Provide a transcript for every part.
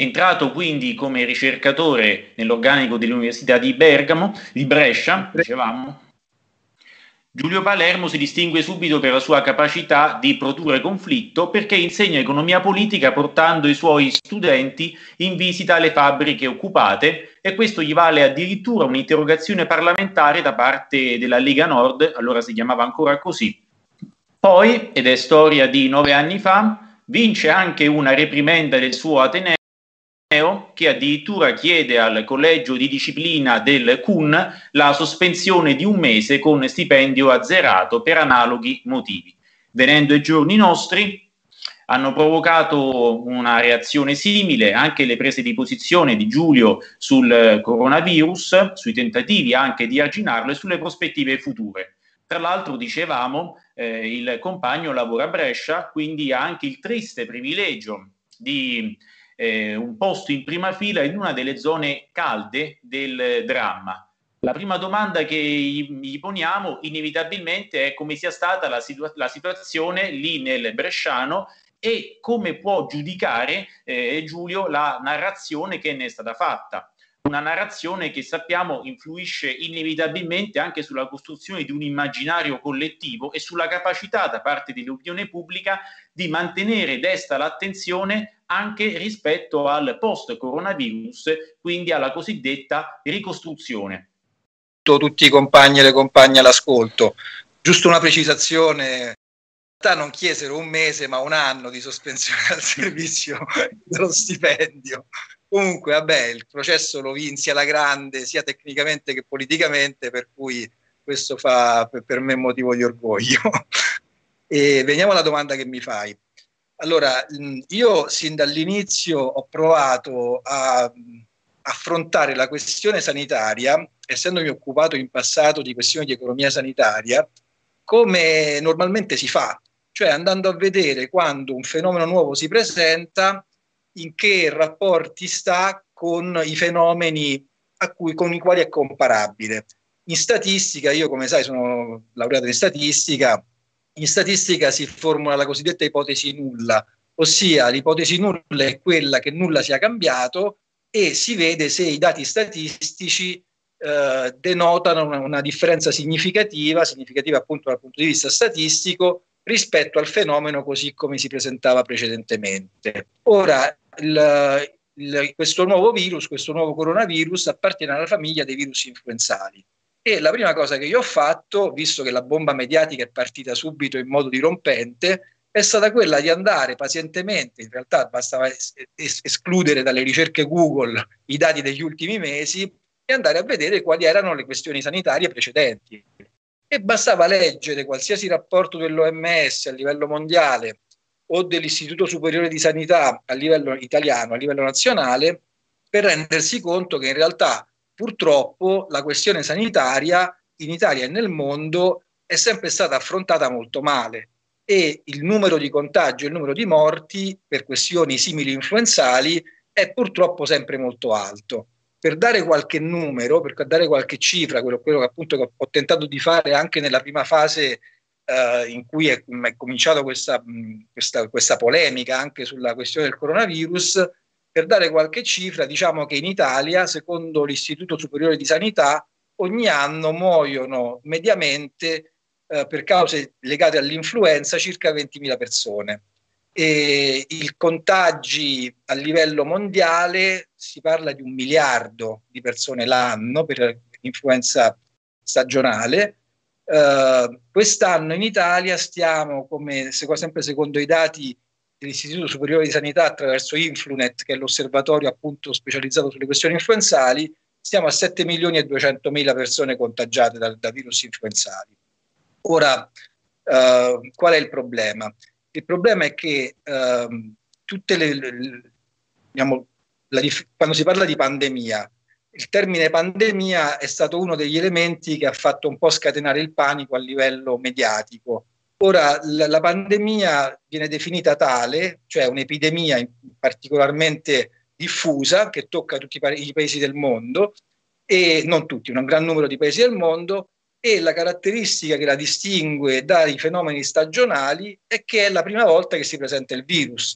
Entrato quindi come ricercatore nell'organico dell'Università di Brescia, dicevamo, Giulio Palermo si distingue subito per la sua capacità di produrre conflitto, perché insegna economia politica portando i suoi studenti in visita alle fabbriche occupate, e questo gli vale addirittura un'interrogazione parlamentare da parte della Lega Nord, allora si chiamava ancora così. Poi, ed è storia di 9 anni fa, vince anche una reprimenda del suo ateneo, che addirittura chiede al collegio di disciplina del CUN la sospensione di 1 mese con stipendio azzerato per analoghi motivi. Venendo ai giorni nostri, hanno provocato una reazione simile anche le prese di posizione di Giulio sul coronavirus, sui tentativi anche di arginarlo e sulle prospettive future. Tra l'altro, dicevamo, il compagno lavora a Brescia, quindi ha anche il triste privilegio di un posto in prima fila in una delle zone calde del dramma. La prima domanda che gli poniamo inevitabilmente è come sia stata la situazione lì nel Bresciano e come può giudicare Giulio la narrazione che ne è stata fatta. Una narrazione che sappiamo influisce inevitabilmente anche sulla costruzione di un immaginario collettivo e sulla capacità da parte dell'opinione pubblica di mantenere desta l'attenzione anche rispetto al post-coronavirus, quindi alla cosiddetta ricostruzione. Tutti i compagni e le compagne all'ascolto, giusto una precisazione: non chiesero 1 mese ma 1 anno di sospensione al servizio dello stipendio. Comunque vabbè, il processo lo vinsi alla grande sia tecnicamente che politicamente, per cui questo fa per me motivo di orgoglio. E veniamo alla domanda che mi fai. Allora, io sin dall'inizio ho provato a affrontare la questione sanitaria, essendomi occupato in passato di questioni di economia sanitaria, come normalmente si fa, cioè andando a vedere quando un fenomeno nuovo si presenta, in che rapporti sta con i fenomeni con i quali è comparabile. In statistica, io come sai sono laureato in statistica si formula la cosiddetta ipotesi nulla, ossia l'ipotesi nulla è quella che nulla sia cambiato e si vede se i dati statistici denotano una differenza significativa appunto dal punto di vista statistico rispetto al fenomeno così come si presentava precedentemente. Ora, questo nuovo coronavirus appartiene alla famiglia dei virus influenzali. E la prima cosa che io ho fatto, visto che la bomba mediatica è partita subito in modo dirompente, è stata quella di andare pazientemente, in realtà bastava escludere dalle ricerche Google i dati degli ultimi mesi e andare a vedere quali erano le questioni sanitarie precedenti. E bastava leggere qualsiasi rapporto dell'OMS a livello mondiale o dell'Istituto Superiore di Sanità a livello italiano, a livello nazionale, per rendersi conto che in realtà purtroppo la questione sanitaria in Italia e nel mondo è sempre stata affrontata molto male e il numero di contagi e il numero di morti per questioni simili influenzali è purtroppo sempre molto alto. Per dare qualche numero, per dare qualche cifra, quello che appunto ho tentato di fare anche nella prima fase in cui è cominciato questa polemica anche sulla questione del coronavirus, per dare qualche cifra, diciamo che in Italia, secondo l'Istituto Superiore di Sanità, ogni anno muoiono mediamente per cause legate all'influenza circa 20.000 persone. E i contagi a livello mondiale si parla di 1 miliardo di persone l'anno per l'influenza stagionale. Quest'anno in Italia stiamo, sempre secondo i dati dell'Istituto Superiore di Sanità attraverso Influnet, che è l'osservatorio appunto specializzato sulle questioni influenzali, stiamo a 7.200.000 persone contagiate da virus influenzali. Ora, qual è il problema? Il problema è che quando si parla di pandemia, il termine pandemia è stato uno degli elementi che ha fatto un po' scatenare il panico a livello mediatico. Ora, la pandemia viene definita tale, cioè un'epidemia particolarmente diffusa che tocca tutti i paesi del mondo, e non tutti, un gran numero di paesi del mondo, e la caratteristica che la distingue dai fenomeni stagionali è che è la prima volta che si presenta il virus.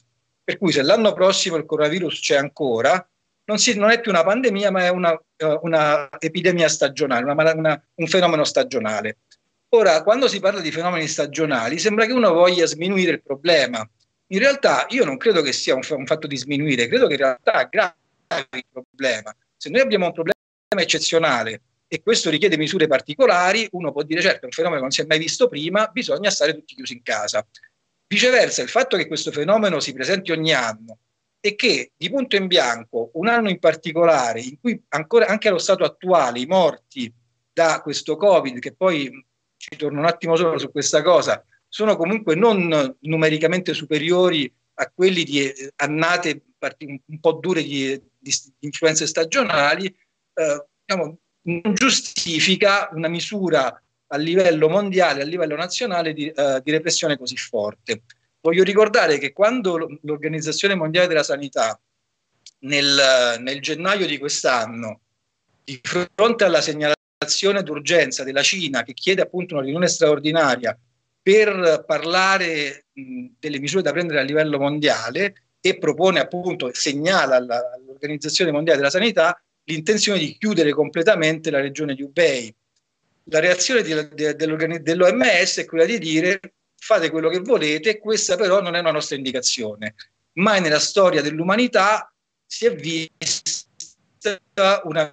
Per cui se l'anno prossimo il coronavirus c'è ancora, non è più una pandemia, ma è una epidemia stagionale, un fenomeno stagionale. Ora, quando si parla di fenomeni stagionali, sembra che uno voglia sminuire il problema. In realtà io non credo che sia un fatto di sminuire, credo che in realtà aggravi il problema. Se noi abbiamo un problema eccezionale e questo richiede misure particolari, uno può dire certo è un fenomeno che non si è mai visto prima, bisogna stare tutti chiusi in casa. Viceversa, il fatto che questo fenomeno si presenti ogni anno e che di punto in bianco un anno in particolare in cui ancora anche allo stato attuale i morti da questo Covid, che poi ci torno un attimo solo su questa cosa, sono comunque non numericamente superiori a quelli di annate un po' dure di influenze stagionali, diciamo, non giustifica una misura a livello mondiale, a livello nazionale di repressione così forte. Voglio ricordare che quando l'Organizzazione Mondiale della Sanità nel gennaio di quest'anno, di fronte alla segnalazione d'urgenza della Cina che chiede appunto una riunione straordinaria per parlare delle misure da prendere a livello mondiale e propone appunto, segnala all'Organizzazione Mondiale della Sanità l'intenzione di chiudere completamente la regione di Hubei. La reazione dell'OMS è quella di dire fate quello che volete, questa però non è una nostra indicazione. Mai nella storia dell'umanità si è vista una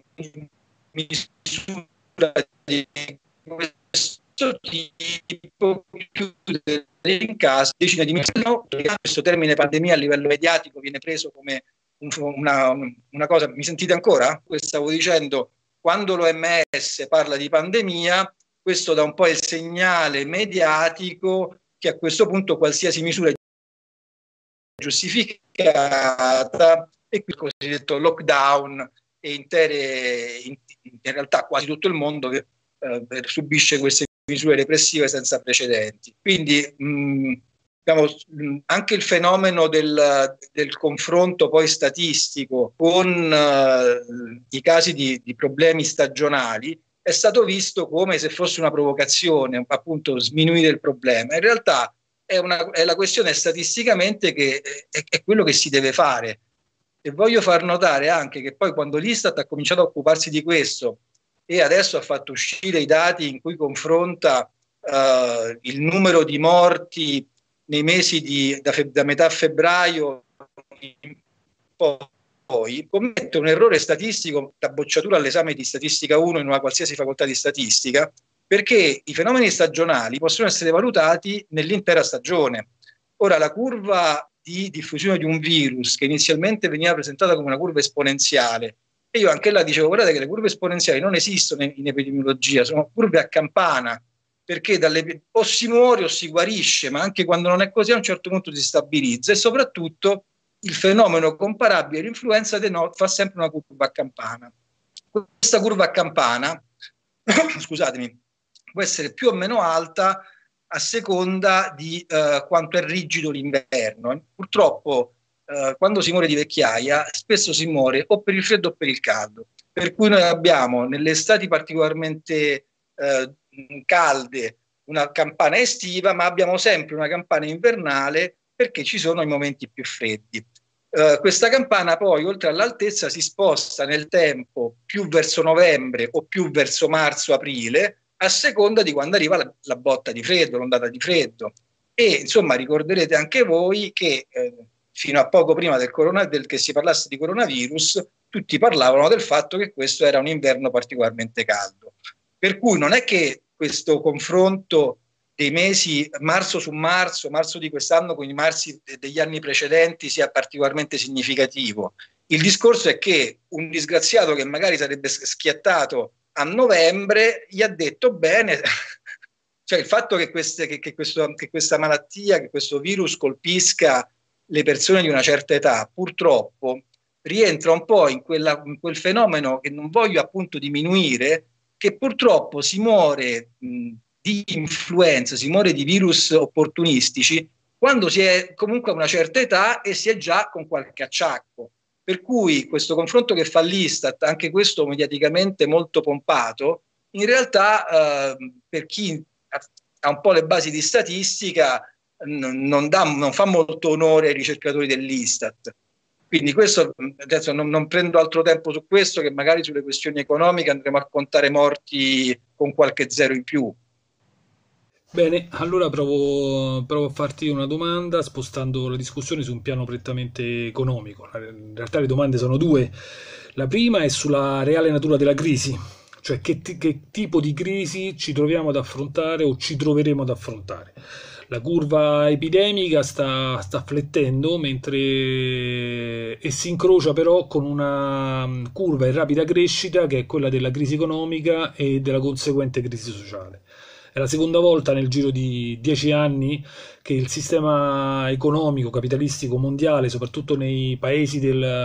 misura di questo tipo, chiudere in casa decine di milioni. Questo termine pandemia a livello mediatico viene preso come una cosa. Mi sentite ancora? Stavo dicendo, quando l'OMS parla di pandemia, questo dà un po' il segnale mediatico che a questo punto qualsiasi misura è giustificata, e qui il cosiddetto lockdown e in realtà quasi tutto il mondo che subisce queste misure repressive senza precedenti. Quindi anche il fenomeno del confronto poi statistico con i casi di problemi stagionali è stato visto come se fosse una provocazione, appunto sminuire il problema. In realtà è la questione statisticamente che è quello che si deve fare. E voglio far notare anche che poi quando l'Istat ha cominciato a occuparsi di questo e adesso ha fatto uscire i dati in cui confronta il numero di morti nei mesi da metà febbraio in poi, commette un errore statistico da bocciatura all'esame di statistica 1 in una qualsiasi facoltà di statistica, perché i fenomeni stagionali possono essere valutati nell'intera stagione. Ora, la curva di diffusione di un virus, che inizialmente veniva presentata come una curva esponenziale, e io anche là dicevo, guardate che le curve esponenziali non esistono in epidemiologia, sono curve a campana, perché o si muore o si guarisce, ma anche quando non è così a un certo punto si stabilizza, e soprattutto il fenomeno comparabile all'influenza fa sempre una curva a campana. Questa curva a campana, scusatemi, può essere più o meno alta a seconda di quanto è rigido l'inverno. Purtroppo quando si muore di vecchiaia spesso si muore o per il freddo o per il caldo, per cui noi abbiamo nelle estati particolarmente calde una campana estiva, ma abbiamo sempre una campana invernale perché ci sono i momenti più freddi. Questa campana poi, oltre all'altezza, si sposta nel tempo più verso novembre o più verso marzo-aprile, a seconda di quando arriva la botta di freddo, l'ondata di freddo. E insomma ricorderete anche voi che fino a poco prima che si parlasse di coronavirus, tutti parlavano del fatto che questo era un inverno particolarmente caldo. Per cui non è che questo confronto dei mesi marzo su marzo di quest'anno con i marzi degli anni precedenti sia particolarmente significativo. Il discorso è che un disgraziato che magari sarebbe schiattato a novembre gli ha detto bene, cioè il fatto che questa malattia, che questo virus colpisca le persone di una certa età, purtroppo rientra un po' in quel fenomeno che non voglio appunto diminuire, che purtroppo si muore di influenza, si muore di virus opportunistici quando si è comunque a una certa età e si è già con qualche acciacco. Per cui questo confronto che fa l'Istat, anche questo mediaticamente molto pompato, in realtà per chi ha un po' le basi di statistica non fa molto onore ai ricercatori dell'Istat. Quindi questo, adesso non prendo altro tempo su questo, che magari sulle questioni economiche andremo a contare morti con qualche zero in più. Bene, allora provo a farti una domanda spostando la discussione su un piano prettamente economico. In realtà le domande sono due. La prima è sulla reale natura della crisi, cioè che tipo di crisi ci troviamo ad affrontare o ci troveremo ad affrontare. La curva epidemica sta flettendo e si incrocia però con una curva in rapida crescita che è quella della crisi economica e della conseguente crisi sociale. È la seconda volta nel giro di 10 anni che il sistema economico capitalistico mondiale, soprattutto nei paesi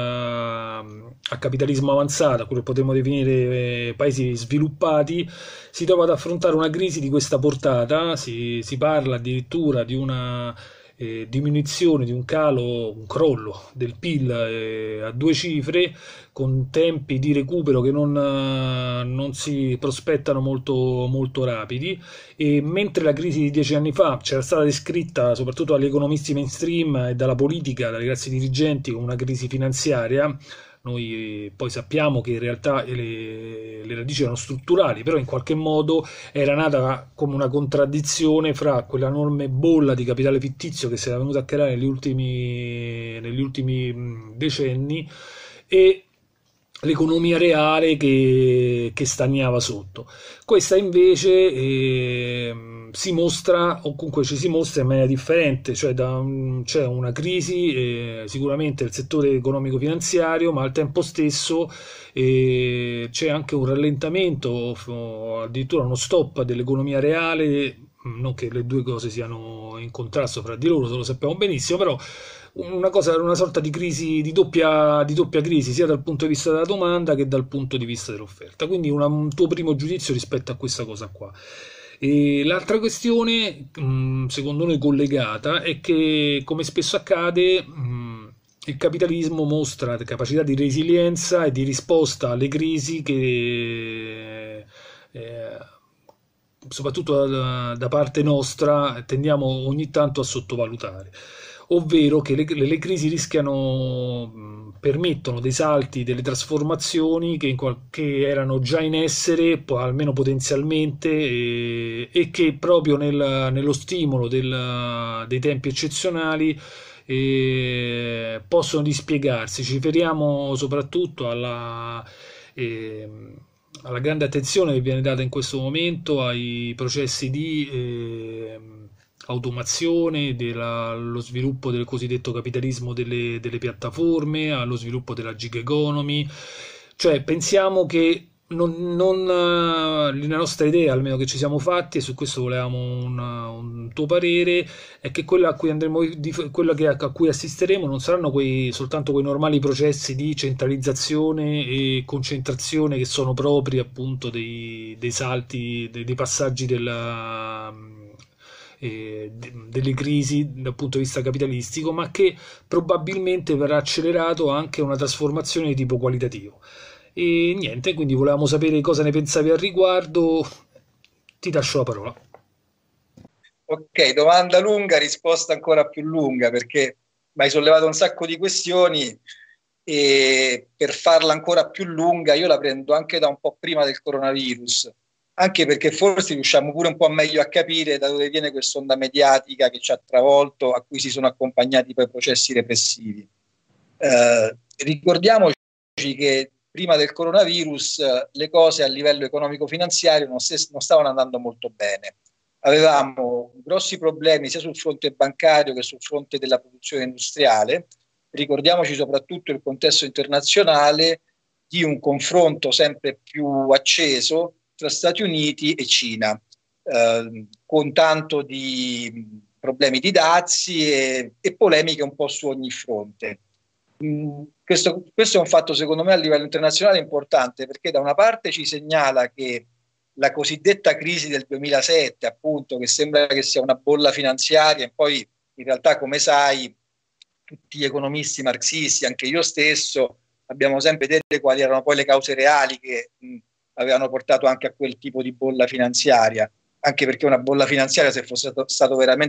a capitalismo avanzato, quello che potremmo definire paesi sviluppati, si trova ad affrontare una crisi di questa portata. Si parla addirittura di una diminuzione, di un crollo del PIL a due cifre, con tempi di recupero che non si prospettano molto rapidi. E mentre la crisi di 10 anni fa c'era stata descritta soprattutto dagli economisti mainstream e dalla politica, dai classi dirigenti, come una crisi finanziaria, noi poi sappiamo che in realtà le radici erano strutturali, però in qualche modo era nata come una contraddizione fra quell'enorme bolla di capitale fittizio che si era venuta a creare negli ultimi decenni e l'economia reale che stagnava sotto. Questa invece si mostra, o comunque ci si mostra in maniera differente, cioè c'è una crisi sicuramente del settore economico-finanziario, ma al tempo stesso c'è anche un rallentamento, addirittura uno stop dell'economia reale. Non che le due cose siano in contrasto fra di loro, lo sappiamo benissimo, però una sorta di crisi, di doppia crisi, sia dal punto di vista della domanda che dal punto di vista dell'offerta. Quindi un tuo primo giudizio rispetto a questa cosa qua. E l'altra questione, secondo noi collegata, è che, come spesso accade, il capitalismo mostra capacità di resilienza e di risposta alle crisi che soprattutto da parte nostra tendiamo ogni tanto a sottovalutare, ovvero che le crisi permettono dei salti, delle trasformazioni che erano già in essere, almeno potenzialmente, e che proprio nello stimolo dei tempi eccezionali possono dispiegarsi. Ci riferiamo soprattutto alla grande attenzione che viene data in questo momento ai processi di automazione, allo sviluppo del cosiddetto capitalismo delle piattaforme, allo sviluppo della gig economy. Cioè pensiamo che la nostra idea, almeno che ci siamo fatti, e su questo volevamo un tuo parere, è che quella a cui assisteremo non saranno soltanto quei normali processi di centralizzazione e concentrazione che sono propri appunto dei salti, dei passaggi delle crisi dal punto di vista capitalistico, ma che probabilmente verrà accelerato anche una trasformazione di tipo qualitativo. E niente, quindi volevamo sapere cosa ne pensavi al riguardo. Ti lascio la parola. Ok, domanda lunga, risposta ancora più lunga, perché mi hai sollevato un sacco di questioni e per farla ancora più lunga io la prendo anche da un po' prima del coronavirus, anche perché forse riusciamo pure un po' meglio a capire da dove viene quest'onda mediatica che ci ha travolto, a cui si sono accompagnati poi processi repressivi. Ricordiamoci che prima del coronavirus le cose a livello economico-finanziario non stavano andando molto bene. Avevamo grossi problemi sia sul fronte bancario che sul fronte della produzione industriale. Ricordiamoci soprattutto il contesto internazionale di un confronto sempre più acceso tra Stati Uniti e Cina, con tanto di problemi di dazi e polemiche un po' su ogni fronte. Questo è un fatto secondo me a livello internazionale importante, perché da una parte ci segnala che la cosiddetta crisi del 2007, appunto, che sembra che sia una bolla finanziaria, e poi in realtà, come sai, tutti gli economisti marxisti, anche io stesso, abbiamo sempre detto quali erano poi le cause reali che avevano portato anche a quel tipo di bolla finanziaria, anche perché una bolla finanziaria, se fosse stato veramente il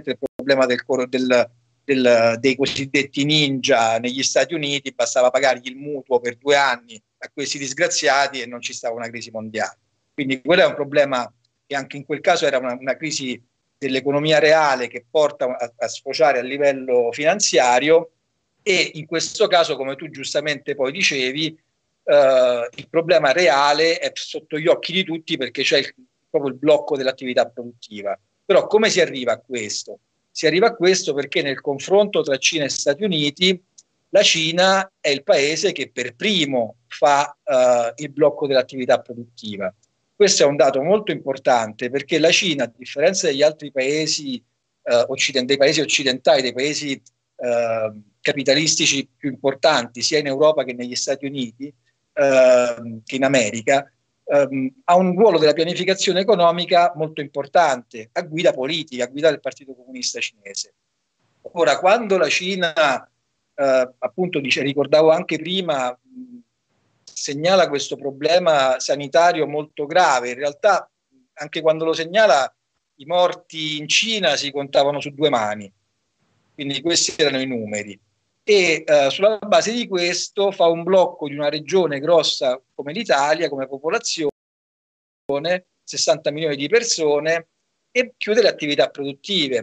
problema dei cosiddetti ninja negli Stati Uniti, bastava pagargli il mutuo per 2 anni a questi disgraziati e non ci stava una crisi mondiale. Quindi quello è un problema che anche in quel caso era una crisi dell'economia reale che porta a sfociare a livello finanziario, e in questo caso, come tu giustamente poi dicevi, il problema reale è sotto gli occhi di tutti perché c'è proprio il blocco dell'attività produttiva. Però come si arriva a questo? Si arriva a questo perché nel confronto tra Cina e Stati Uniti la Cina è il paese che per primo fa il blocco dell'attività produttiva. Questo è un dato molto importante perché la Cina, a differenza degli altri paesi, dei paesi occidentali, dei paesi capitalistici più importanti sia in Europa che negli Stati Uniti, che in America, ha un ruolo della pianificazione economica molto importante, a guida politica, a guida del Partito Comunista Cinese. Ora, quando la Cina, appunto, ricordavo anche prima, segnala questo problema sanitario molto grave, in realtà anche quando lo segnala i morti in Cina si contavano su 2 mani, quindi questi erano i numeri. E sulla base di questo fa un blocco di una regione grossa come l'Italia, come popolazione, 60 milioni di persone, e chiude le attività produttive.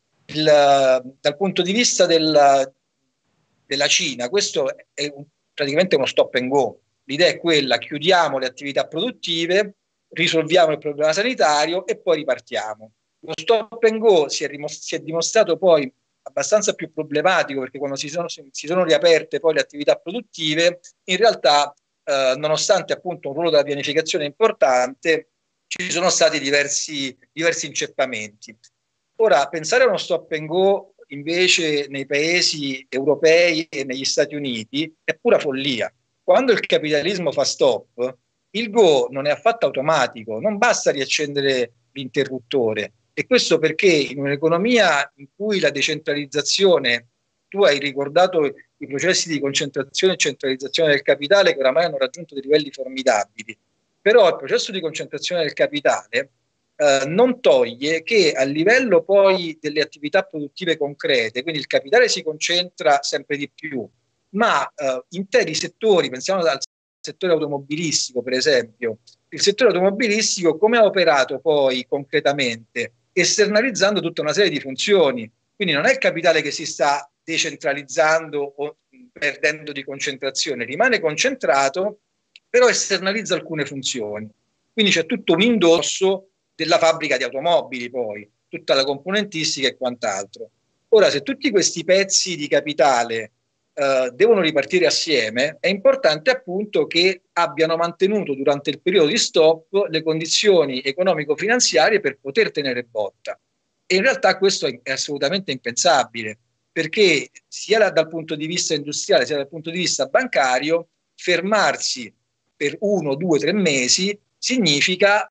Dal punto di vista della Cina, questo è praticamente uno stop and go. L'idea è quella: chiudiamo le attività produttive, risolviamo il problema sanitario e poi ripartiamo. Lo stop and go si è dimostrato poi abbastanza più problematico perché quando si sono riaperte poi le attività produttive, in realtà nonostante appunto un ruolo della pianificazione importante, ci sono stati diversi inceppamenti. Ora, pensare a uno stop and go invece nei paesi europei e negli Stati Uniti è pura follia. Quando il capitalismo fa stop, il go non è affatto automatico, non basta riaccendere l'interruttore. E questo perché in un'economia in cui la decentralizzazione, tu hai ricordato i processi di concentrazione e centralizzazione del capitale che oramai hanno raggiunto dei livelli formidabili, però il processo di concentrazione del capitale non toglie che a livello poi delle attività produttive concrete, quindi il capitale si concentra sempre di più, ma interi settori, pensiamo al settore automobilistico per esempio, il settore automobilistico come ha operato poi concretamente? Esternalizzando tutta una serie di funzioni, quindi non è il capitale che si sta decentralizzando o perdendo di concentrazione, rimane concentrato, però esternalizza alcune funzioni. Quindi c'è tutto un indosso della fabbrica di automobili poi, tutta la componentistica e quant'altro. Ora, se tutti questi pezzi di capitale devono ripartire assieme, è importante appunto che abbiano mantenuto durante il periodo di stop le condizioni economico-finanziarie per poter tenere botta. E in realtà questo è assolutamente impensabile, perché sia dal punto di vista industriale sia dal punto di vista bancario, fermarsi per 1, 2, 3 mesi significa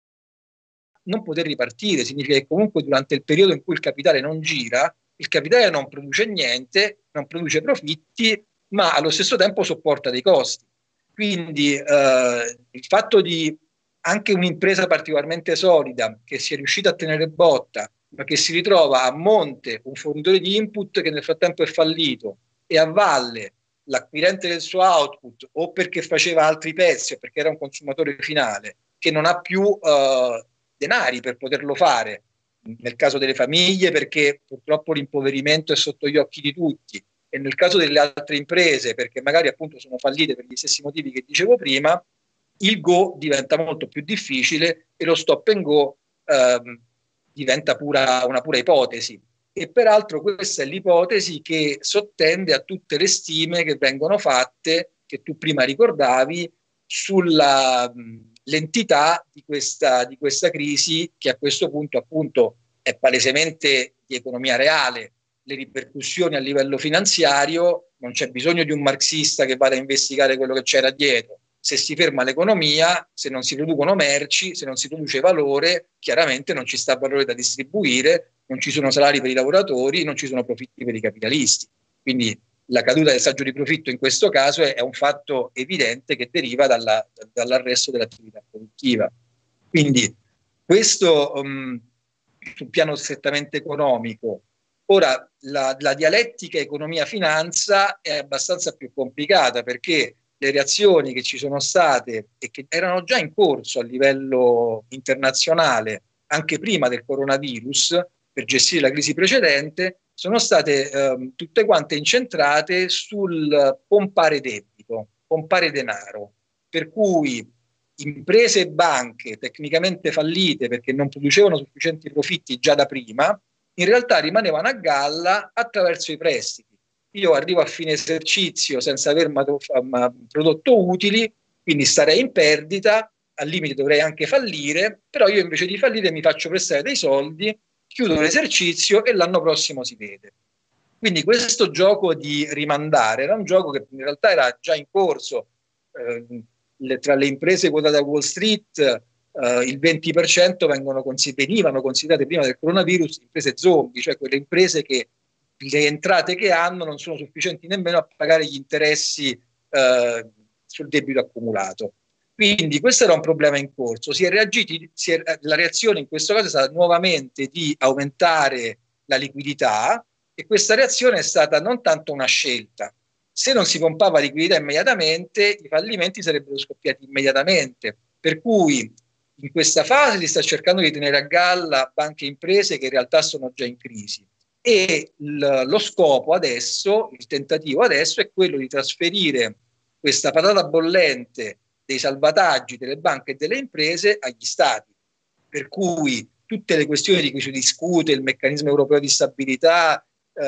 non poter ripartire, significa che comunque durante il periodo in cui il capitale non gira, il capitale non produce niente, non produce profitti, ma allo stesso tempo sopporta dei costi. Quindi il fatto di anche un'impresa particolarmente solida che sia riuscita a tenere botta, ma che si ritrova a monte un fornitore di input che nel frattempo è fallito e a valle l'acquirente del suo output, o perché faceva altri pezzi o perché era un consumatore finale, che non ha più denari per poterlo fare, nel caso delle famiglie perché purtroppo l'impoverimento è sotto gli occhi di tutti, e nel caso delle altre imprese perché magari appunto sono fallite per gli stessi motivi che dicevo prima, il go diventa molto più difficile e lo stop and go diventa una pura ipotesi. E peraltro questa è l'ipotesi che sottende a tutte le stime che vengono fatte, che tu prima ricordavi, sulla l'entità di questa crisi, che a questo punto appunto è palesemente di economia reale. Le ripercussioni a livello finanziario, non c'è bisogno di un marxista che vada a investigare quello che c'era dietro. Se si ferma l'economia, se non si producono merci, se non si produce valore, chiaramente non ci sta valore da distribuire, non ci sono salari per i lavoratori, non ci sono profitti per i capitalisti. Quindi la caduta del saggio di profitto in questo caso è un fatto evidente che deriva dall'arresto dell'attività produttiva. Quindi questo sul piano strettamente economico. Ora, la dialettica economia-finanza è abbastanza più complicata, perché le reazioni che ci sono state e che erano già in corso a livello internazionale anche prima del coronavirus per gestire la crisi precedente sono state tutte quante incentrate sul pompare debito, pompare denaro, per cui imprese e banche tecnicamente fallite perché non producevano sufficienti profitti già da prima, in realtà rimanevano a galla attraverso i prestiti. Io arrivo a fine esercizio senza aver prodotto utili, quindi starei in perdita, al limite dovrei anche fallire, però io invece di fallire mi faccio prestare dei soldi, chiudo l'esercizio e l'anno prossimo si vede. Quindi questo gioco di rimandare era un gioco che in realtà era già in corso. Tra le imprese quotate a Wall Street il 20% venivano considerate prima del coronavirus imprese zombie, cioè quelle imprese che le entrate che hanno non sono sufficienti nemmeno a pagare gli interessi sul debito accumulato. Quindi questo era un problema in corso. La reazione in questo caso è stata nuovamente di aumentare la liquidità, e questa reazione è stata non tanto una scelta. Se non si pompava liquidità immediatamente, i fallimenti sarebbero scoppiati immediatamente. Per cui in questa fase si sta cercando di tenere a galla banche e imprese che in realtà sono già in crisi. E lo scopo adesso, il tentativo adesso è quello di trasferire questa patata bollente dei salvataggi delle banche e delle imprese agli stati. Per cui tutte le questioni di cui si discute, il meccanismo europeo di stabilità,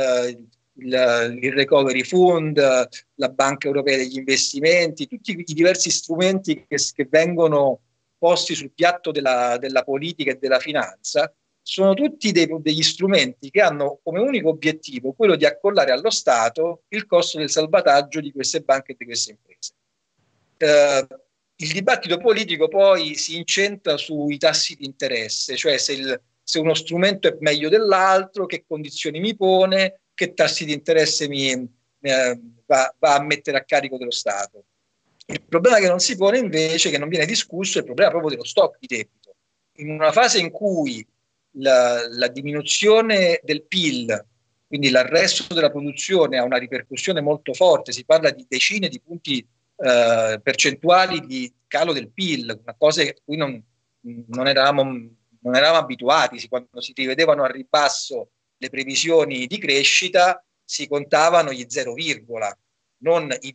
il recovery fund, la banca europea degli investimenti, tutti i diversi strumenti che vengono posti sul piatto della politica e della finanza, sono tutti degli strumenti che hanno come unico obiettivo quello di accollare allo Stato il costo del salvataggio di queste banche e di queste imprese. Il dibattito politico poi si incentra sui tassi di interesse, cioè se uno strumento è meglio dell'altro, che condizioni mi pone, che tassi di interesse va a mettere a carico dello Stato. Il problema che non si pone invece, che non viene discusso, è il problema proprio dello stock di debito. In una fase in cui la diminuzione del PIL, quindi l'arresto della produzione, ha una ripercussione molto forte, si parla di decine di punti percentuali di calo del PIL, una cosa a cui non eravamo abituati. Quando si rivedevano a ribasso le previsioni di crescita si contavano gli 0, non i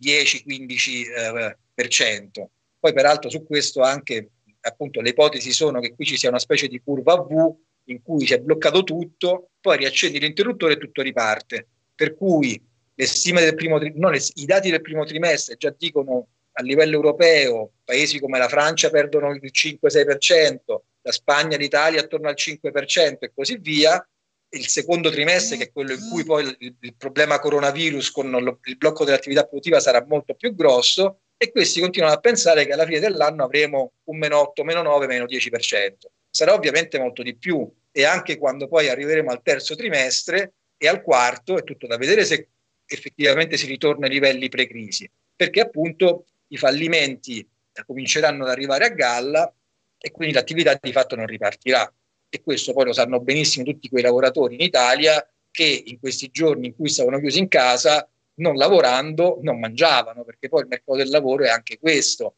10-15%. Poi peraltro su questo anche appunto le ipotesi sono che qui ci sia una specie di curva a V in cui si è bloccato tutto, poi riaccendi l'interruttore e tutto riparte. Per cui le stime del i dati del primo trimestre già dicono a livello europeo paesi come la Francia perdono il 5-6%, la Spagna e l'Italia attorno al 5% e così via. Il secondo trimestre, che è quello in cui poi il problema coronavirus con il blocco dell'attività produttiva sarà molto più grosso, e questi continuano a pensare che alla fine dell'anno avremo un -8, -9, -10%. Sarà ovviamente molto di più, e anche quando poi arriveremo al terzo trimestre e al quarto è tutto da vedere se effettivamente si ritorna ai livelli pre-crisi, perché appunto i fallimenti cominceranno ad arrivare a galla e quindi l'attività di fatto non ripartirà. E questo poi lo sanno benissimo tutti quei lavoratori in Italia che in questi giorni in cui stavano chiusi in casa, non lavorando, non mangiavano, perché poi il mercato del lavoro è anche questo.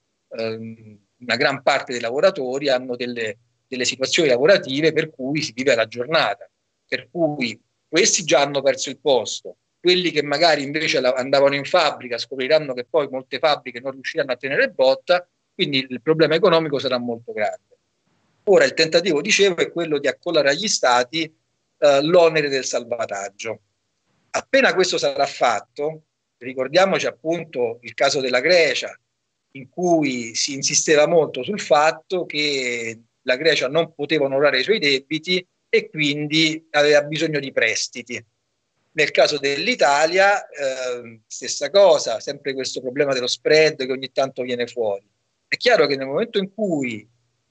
Una gran parte dei lavoratori hanno delle situazioni lavorative per cui si vive alla giornata, per cui questi già hanno perso il posto. Quelli che magari invece andavano in fabbrica scopriranno che poi molte fabbriche non riusciranno a tenere botta, quindi il problema economico sarà molto grande. Ora il tentativo, dicevo, è quello di accollare agli stati l'onere del salvataggio. Appena questo sarà fatto, ricordiamoci appunto il caso della Grecia, in cui si insisteva molto sul fatto che la Grecia non poteva onorare i suoi debiti e quindi aveva bisogno di prestiti. Nel caso dell'Italia, stessa cosa, sempre questo problema dello spread che ogni tanto viene fuori. È chiaro che nel momento in cui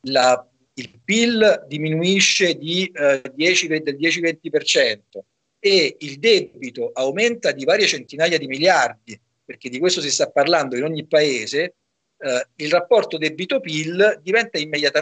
il PIL diminuisce del 10-20% e il debito aumenta di varie centinaia di miliardi, perché di questo si sta parlando in ogni paese, il rapporto debito-PIL diventa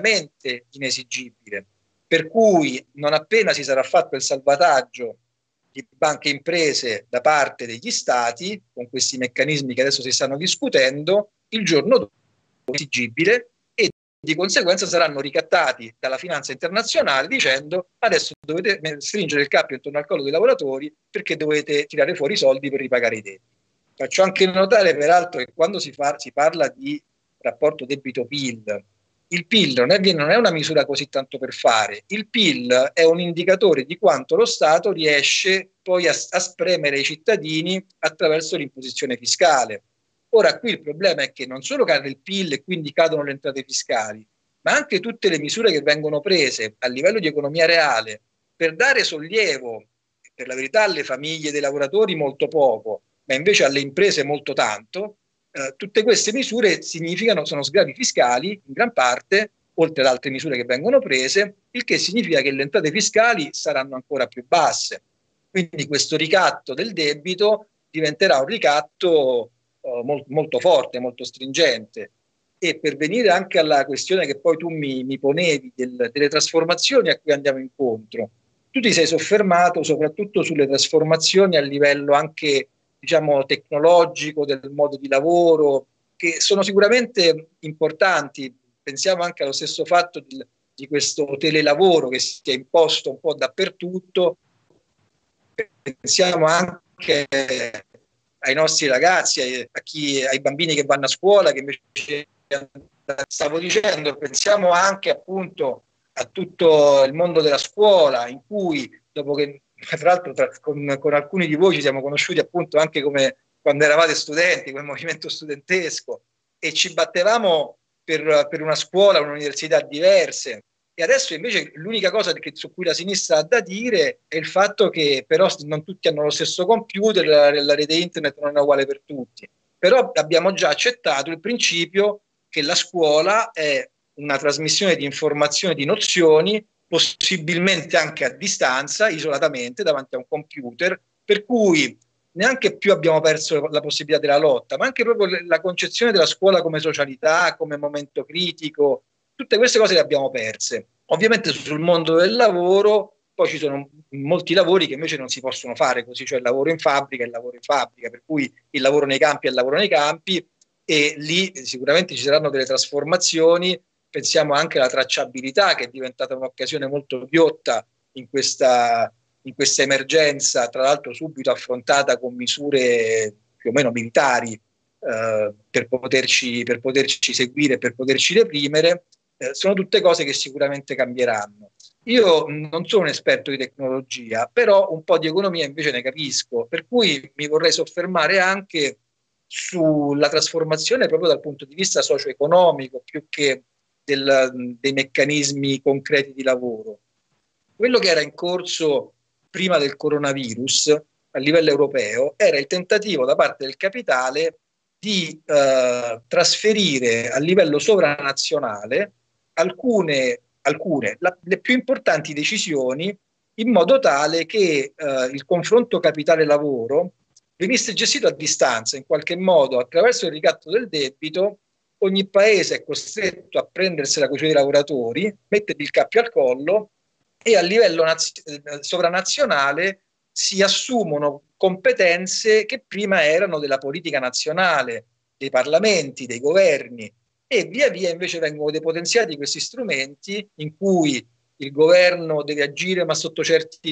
immediatamente inesigibile. Per cui non appena si sarà fatto il salvataggio di banche e imprese da parte degli stati, con questi meccanismi che adesso si stanno discutendo, il giorno dopo esigibile, e di conseguenza saranno ricattati dalla finanza internazionale dicendo adesso dovete stringere il cappio intorno al collo dei lavoratori perché dovete tirare fuori i soldi per ripagare i debiti. Faccio anche notare peraltro che quando si parla di rapporto debito-PIL, il PIL non è una misura così tanto per fare, il PIL è un indicatore di quanto lo Stato riesce poi a spremere i cittadini attraverso l'imposizione fiscale. Ora qui il problema è che non solo cade il PIL e quindi cadono le entrate fiscali, ma anche tutte le misure che vengono prese a livello di economia reale per dare sollievo, per la verità alle famiglie dei lavoratori molto poco, ma invece alle imprese molto tanto. Tutte queste misure sono sgravi fiscali in gran parte, oltre ad altre misure che vengono prese, il che significa che le entrate fiscali saranno ancora più basse. Quindi questo ricatto del debito diventerà un ricatto molto forte, molto stringente. E per venire anche alla questione che poi tu mi ponevi delle trasformazioni a cui andiamo incontro, tu ti sei soffermato soprattutto sulle trasformazioni a livello anche, diciamo, tecnologico, del modo di lavoro, che sono sicuramente importanti. Pensiamo anche allo stesso fatto di questo telelavoro che si è imposto un po' dappertutto. Pensiamo anche ai nostri ragazzi, ai bambini che vanno a scuola, che invece stavo dicendo, pensiamo anche appunto a tutto il mondo della scuola, in cui dopo che tra l'altro con alcuni di voi ci siamo conosciuti appunto anche come quando eravate studenti, come movimento studentesco, e ci battevamo per una scuola, un'università diverse. E adesso invece l'unica cosa su cui la sinistra ha da dire è il fatto che però non tutti hanno lo stesso computer, la rete internet non è uguale per tutti. Però abbiamo già accettato il principio che la scuola è una trasmissione di informazioni, di nozioni, possibilmente anche a distanza, isolatamente, davanti a un computer, per cui neanche più abbiamo perso la possibilità della lotta, ma anche proprio la concezione della scuola come socialità, come momento critico. Tutte queste cose le abbiamo perse. Ovviamente sul mondo del lavoro poi ci sono molti lavori che invece non si possono fare così, cioè il lavoro in fabbrica è il lavoro in fabbrica, per cui il lavoro nei campi è il lavoro nei campi, e lì sicuramente ci saranno delle trasformazioni. Pensiamo anche alla tracciabilità, che è diventata un'occasione molto ghiotta in questa emergenza, tra l'altro subito affrontata con misure più o meno militari per poterci seguire, per poterci reprimere. Sono tutte cose che sicuramente cambieranno. Io non sono un esperto di tecnologia, però un po' di economia invece ne capisco, per cui mi vorrei soffermare anche sulla trasformazione proprio dal punto di vista socio-economico, più che dei meccanismi concreti di lavoro. Quello che era in corso prima del coronavirus a livello europeo era il tentativo da parte del capitale di trasferire a livello sovranazionale le più importanti decisioni, in modo tale che il confronto capitale-lavoro venisse gestito a distanza, in qualche modo attraverso il ricatto del debito. Ogni paese è costretto a prendersi la questione dei lavoratori, mettergli il cappio al collo, e a livello sovranazionale si assumono competenze che prima erano della politica nazionale, dei parlamenti, dei governi, e via via invece vengono depotenziati questi strumenti in cui il governo deve agire ma sotto certi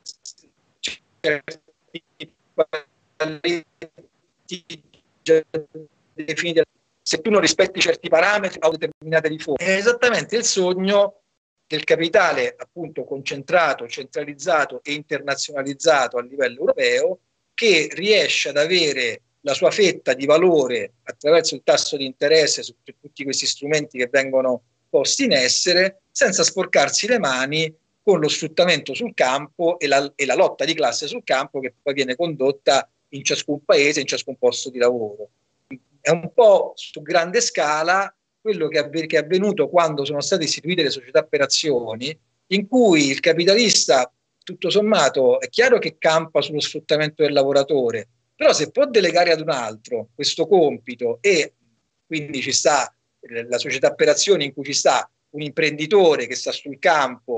definiti. Se tu non rispetti certi parametri o determinate riforme, è esattamente il sogno del capitale appunto concentrato, centralizzato e internazionalizzato a livello europeo, che riesce ad avere la sua fetta di valore attraverso il tasso di interesse su tutti questi strumenti che vengono posti in essere, senza sporcarsi le mani con lo sfruttamento sul campo e la lotta di classe sul campo, che poi viene condotta in ciascun paese, in ciascun posto di lavoro. È un po' su grande scala quello che è avvenuto quando sono state istituite le società per azioni, in cui il capitalista, tutto sommato, è chiaro che campa sullo sfruttamento del lavoratore, però se può delegare ad un altro questo compito, e quindi ci sta la società per azioni in cui ci sta un imprenditore che sta sul campo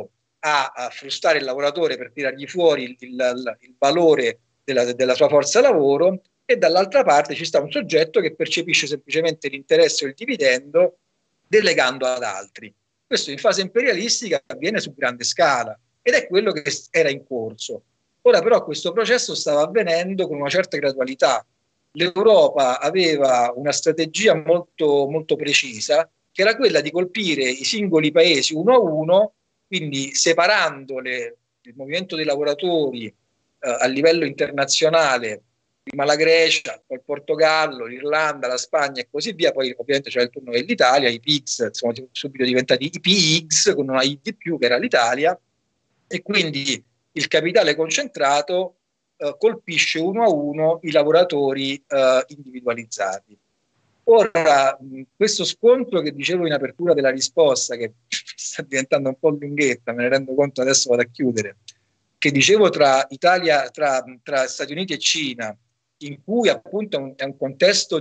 a frustare il lavoratore per tirargli fuori il valore della sua forza lavoro, e dall'altra parte ci sta un soggetto che percepisce semplicemente l'interesse o il dividendo delegando ad altri. Questo in fase imperialistica avviene su grande scala ed è quello che era in corso. Ora però questo processo stava avvenendo con una certa gradualità. L'Europa aveva una strategia molto, molto precisa, che era quella di colpire i singoli paesi uno a uno, quindi separando il movimento dei lavoratori a livello internazionale, prima la Grecia, poi il Portogallo, l'Irlanda, la Spagna e così via. Poi ovviamente c'era il turno dell'Italia, i PIGS sono subito diventati i PIGS con una I di più, che era l'Italia, e quindi il capitale concentrato colpisce uno a uno i lavoratori individualizzati. Ora, questo scontro che dicevo in apertura della risposta, che sta diventando un po' lunghetta, me ne rendo conto, adesso vado a chiudere, che dicevo tra Stati Uniti e Cina, in cui appunto è un contesto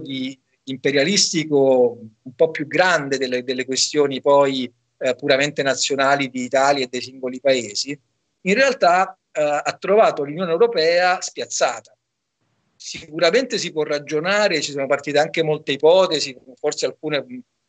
imperialistico un po' più grande delle questioni poi puramente nazionali di Italia e dei singoli paesi, in realtà ha trovato l'Unione Europea spiazzata. Sicuramente si può ragionare, ci sono partite anche molte ipotesi, forse alcune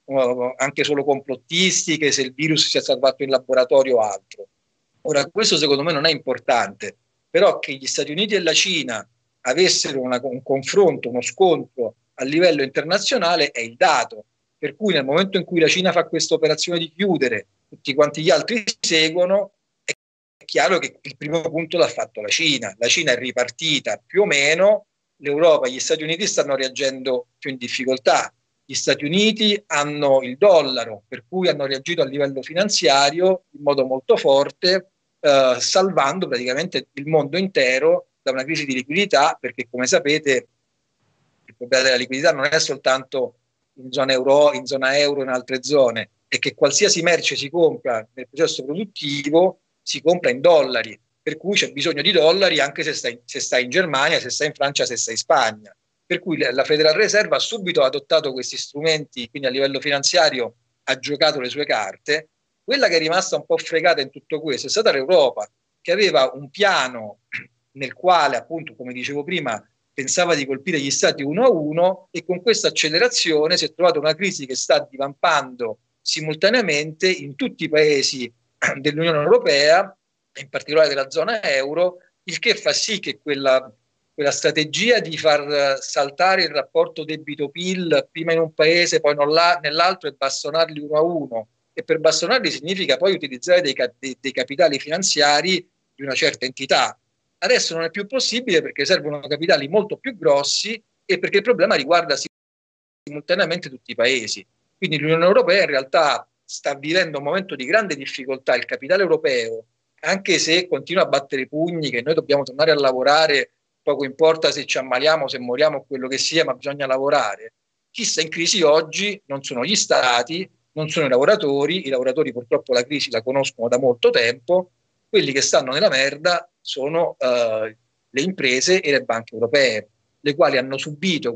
anche solo complottistiche, se il virus sia stato fatto in laboratorio o altro. Ora, questo secondo me non è importante, però che gli Stati Uniti e la Cina avessero un confronto, uno scontro a livello internazionale è il dato, per cui nel momento in cui la Cina fa questa operazione di chiudere, tutti quanti gli altri seguono, è chiaro che il primo punto l'ha fatto la Cina è ripartita più o meno, l'Europa e gli Stati Uniti stanno reagendo più in difficoltà. Gli Stati Uniti hanno il dollaro, per cui hanno reagito a livello finanziario in modo molto forte, salvando praticamente il mondo intero da una crisi di liquidità, perché come sapete il problema della liquidità non è soltanto in zona euro, in altre zone, è che qualsiasi merce si compra nel processo produttivo si compra in dollari, per cui c'è bisogno di dollari anche se stai in Germania, se stai in Francia, se stai in Spagna. Per cui la Federal Reserve ha subito adottato questi strumenti, quindi a livello finanziario ha giocato le sue carte. Quella che è rimasta un po' fregata in tutto questo è stata l'Europa, che aveva un piano nel quale, appunto, come dicevo prima, pensava di colpire gli stati uno a uno, e con questa accelerazione si è trovata una crisi che sta divampando simultaneamente in tutti i paesi dell'Unione Europea, in particolare della zona euro, il che fa sì che quella strategia di far saltare il rapporto debito-PIL prima in un paese, poi nell'altro, e bastonarli uno a uno, e per bastonarli significa poi utilizzare dei capitali finanziari di una certa entità. Adesso non è più possibile perché servono capitali molto più grossi e perché il problema riguarda simultaneamente tutti i paesi. Quindi l'Unione Europea in realtà sta vivendo un momento di grande difficoltà. Il capitale europeo, anche se continua a battere i pugni che noi dobbiamo tornare a lavorare, poco importa se ci ammaliamo, se moriamo o quello che sia, ma bisogna lavorare. Chi sta in crisi oggi non sono gli stati, non sono i lavoratori purtroppo la crisi la conoscono da molto tempo, quelli che stanno nella merda sono le imprese e le banche europee, le quali hanno subito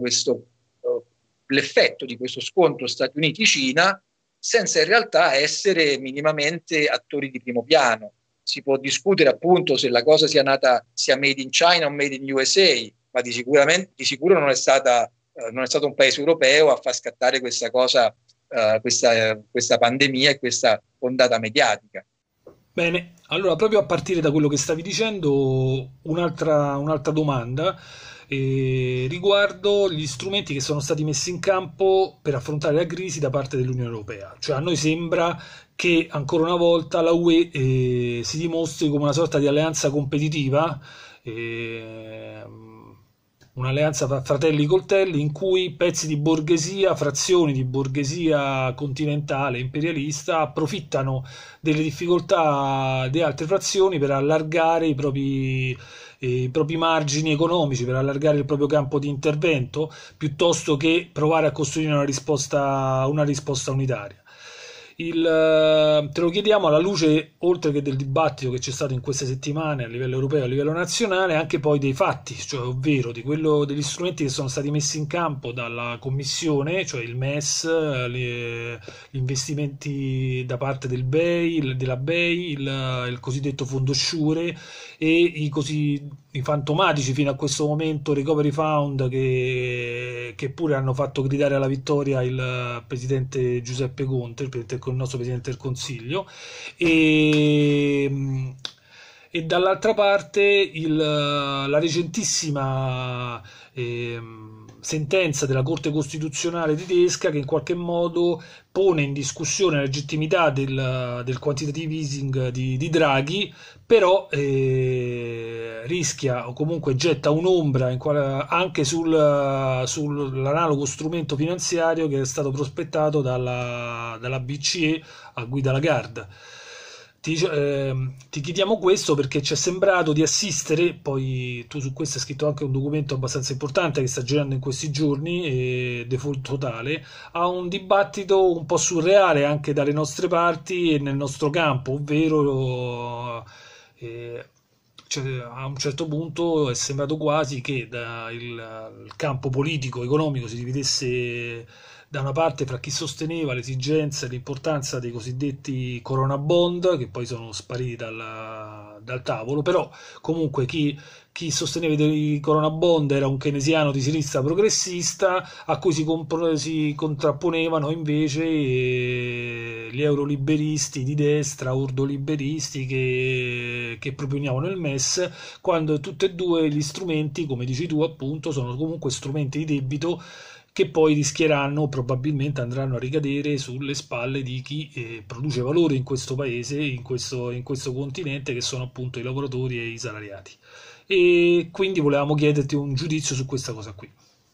l'effetto di questo scontro Stati Uniti-Cina senza in realtà essere minimamente attori di primo piano. Si può discutere appunto se la cosa sia made in China o made in USA, ma di sicuro non è stato un paese europeo a far scattare questa cosa, questa pandemia e questa ondata mediatica. Bene, allora proprio a partire da quello che stavi dicendo, un'altra domanda riguardo gli strumenti che sono stati messi in campo per affrontare la crisi da parte dell'Unione Europea. Cioè a noi sembra che ancora una volta la UE si dimostri come una sorta di alleanza competitiva, un'alleanza fra fratelli coltelli in cui pezzi di borghesia, frazioni di borghesia continentale imperialista approfittano delle difficoltà di altre frazioni per allargare i propri margini economici, per allargare il proprio campo di intervento, piuttosto che provare a costruire una risposta unitaria. Te lo chiediamo alla luce, oltre che del dibattito che c'è stato in queste settimane a livello europeo e a livello nazionale, anche poi dei fatti, cioè ovvero degli strumenti che sono stati messi in campo dalla Commissione, cioè il MES, gli investimenti da parte del BEI, della BEI, il cosiddetto fondo Sure e i fantomatici fino a questo momento Recovery Fund che pure hanno fatto gridare alla vittoria il presidente Giuseppe Conte, il nostro presidente del Consiglio, e, e dall'altra parte la recentissima sentenza della Corte Costituzionale tedesca che in qualche modo pone in discussione la legittimità del quantitative easing di Draghi, però rischia o comunque getta un'ombra anche sull'analogo strumento finanziario che è stato prospettato dalla BCE a guida Lagarde. Ti chiediamo questo perché ci è sembrato di assistere, poi tu su questo hai scritto anche un documento abbastanza importante che sta girando in questi giorni, Default Totale, a un dibattito un po' surreale anche dalle nostre parti e nel nostro campo, ovvero cioè, a un certo punto è sembrato quasi che il campo politico, economico si dividesse da una parte fra chi sosteneva l'esigenza e l'importanza dei cosiddetti Corona Bond, che poi sono spariti dal tavolo, però comunque chi sosteneva i Corona Bond era un keynesiano di sinistra progressista a cui si contrapponevano invece gli euroliberisti di destra, ordoliberisti che proponevano il MES, quando tutti e due gli strumenti, come dici tu appunto, sono comunque strumenti di debito che poi rischieranno, probabilmente andranno a ricadere sulle spalle di chi produce valore in questo paese, in questo continente, che sono appunto i lavoratori e i salariati. E quindi volevamo chiederti un giudizio su questa cosa qui.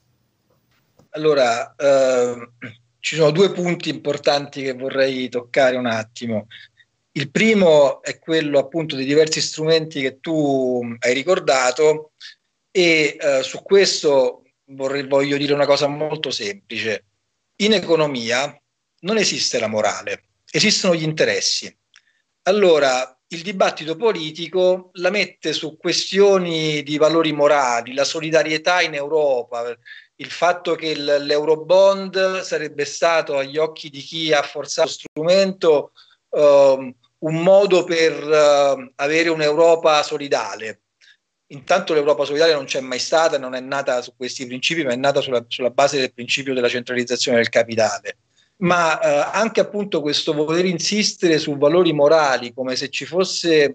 Allora, ci sono due punti importanti che vorrei toccare un attimo. Il primo è quello appunto dei diversi strumenti che tu hai ricordato e su questo voglio dire una cosa molto semplice. In economia non esiste la morale, esistono gli interessi. Allora, il dibattito politico la mette su questioni di valori morali, la solidarietà in Europa, il fatto che l'Eurobond sarebbe stato agli occhi di chi ha forzato lo strumento un modo per avere un'Europa solidale. Intanto l'Europa solidale non c'è mai stata, non è nata su questi principi, ma è nata sulla base del principio della centralizzazione del capitale. Ma anche appunto questo voler insistere su valori morali, come se ci fosse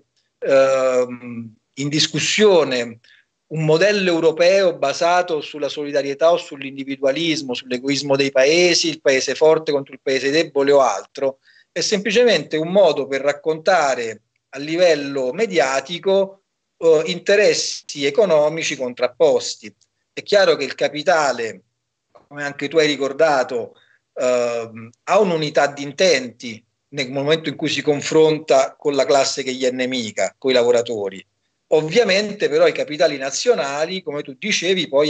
in discussione un modello europeo basato sulla solidarietà o sull'individualismo, sull'egoismo dei paesi, il paese forte contro il paese debole o altro, è semplicemente un modo per raccontare a livello mediatico interessi economici contrapposti. È chiaro che il capitale, come anche tu hai ricordato, ha un'unità di intenti nel momento in cui si confronta con la classe che gli è nemica, con i lavoratori. Ovviamente però i capitali nazionali, come tu dicevi, poi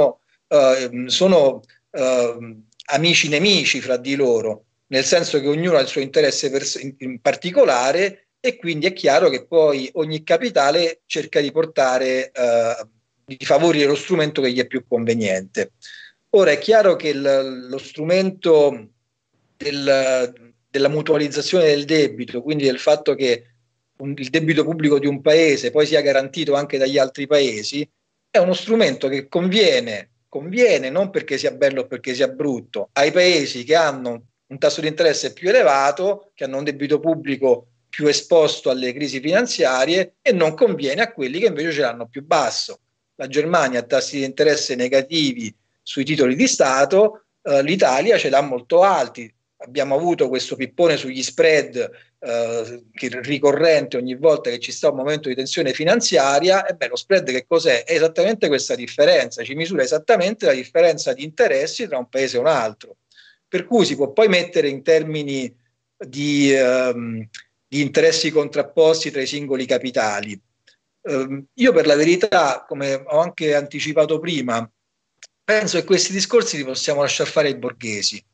sono amici nemici fra di loro, nel senso che ognuno ha il suo interesse in particolare e quindi è chiaro che poi ogni capitale cerca di di favorire lo strumento che gli è più conveniente. Ora è chiaro che lo strumento della mutualizzazione del debito, quindi del fatto che il debito pubblico di un paese poi sia garantito anche dagli altri paesi, è uno strumento che conviene non perché sia bello o perché sia brutto, ai paesi che hanno un tasso di interesse più elevato, che hanno un debito pubblico più esposto alle crisi finanziarie, e non conviene a quelli che invece ce l'hanno più basso. La Germania ha tassi di interesse negativi sui titoli di Stato, l'Italia ce l'ha molto alti. Abbiamo avuto questo pippone sugli spread ricorrente ogni volta che ci sta un momento di tensione finanziaria. Lo spread che cos'è? È esattamente questa differenza, ci misura esattamente la differenza di interessi tra un paese e un altro, per cui si può poi mettere in termini di interessi contrapposti tra i singoli capitali. Io per la verità, come ho anche anticipato prima, penso che questi discorsi li possiamo lasciar fare ai borghesi.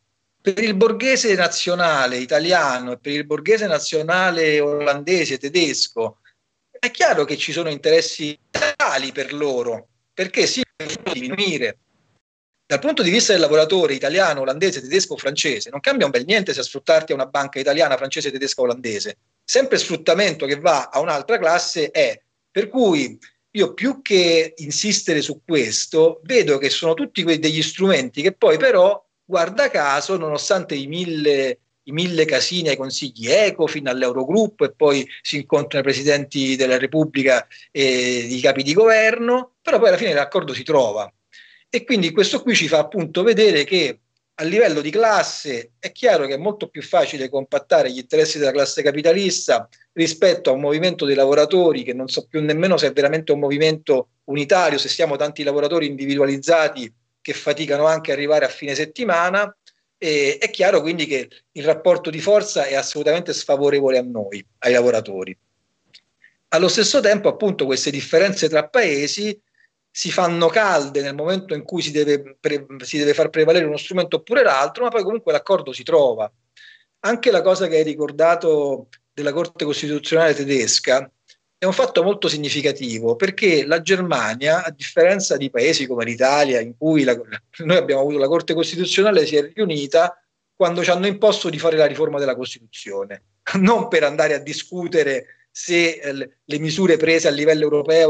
per il borghese nazionale italiano e per il borghese nazionale olandese, tedesco, è chiaro che ci sono interessi tali per loro, perché si possono diminuire. Dal punto di vista del lavoratore italiano, olandese, tedesco o francese, non cambia un bel niente se a sfruttarti è una banca italiana, francese, tedesca o olandese. Sempre sfruttamento che va a un'altra classe è. Per cui io, più che insistere su questo, vedo che sono tutti degli strumenti che poi però, guarda caso, nonostante i mille casini ai consigli Ecofin, all'Eurogruppo, e poi si incontrano i presidenti della Repubblica e i capi di governo, però poi alla fine l'accordo si trova. E quindi questo qui ci fa appunto vedere che a livello di classe è chiaro che è molto più facile compattare gli interessi della classe capitalista rispetto a un movimento dei lavoratori che non so più nemmeno se è veramente un movimento unitario, se siamo tanti lavoratori individualizzati che faticano anche ad arrivare a fine settimana. E è chiaro quindi che il rapporto di forza è assolutamente sfavorevole a noi, ai lavoratori. Allo stesso tempo, appunto, queste differenze tra paesi si fanno calde nel momento in cui si deve far prevalere uno strumento oppure l'altro, ma poi comunque l'accordo si trova. Anche la cosa che hai ricordato della Corte Costituzionale tedesca è un fatto molto significativo, perché la Germania, a differenza di paesi come l'Italia, in cui noi abbiamo avuto la Corte Costituzionale, si è riunita quando ci hanno imposto di fare la riforma della Costituzione, non per andare a discutere se le misure prese a livello europeo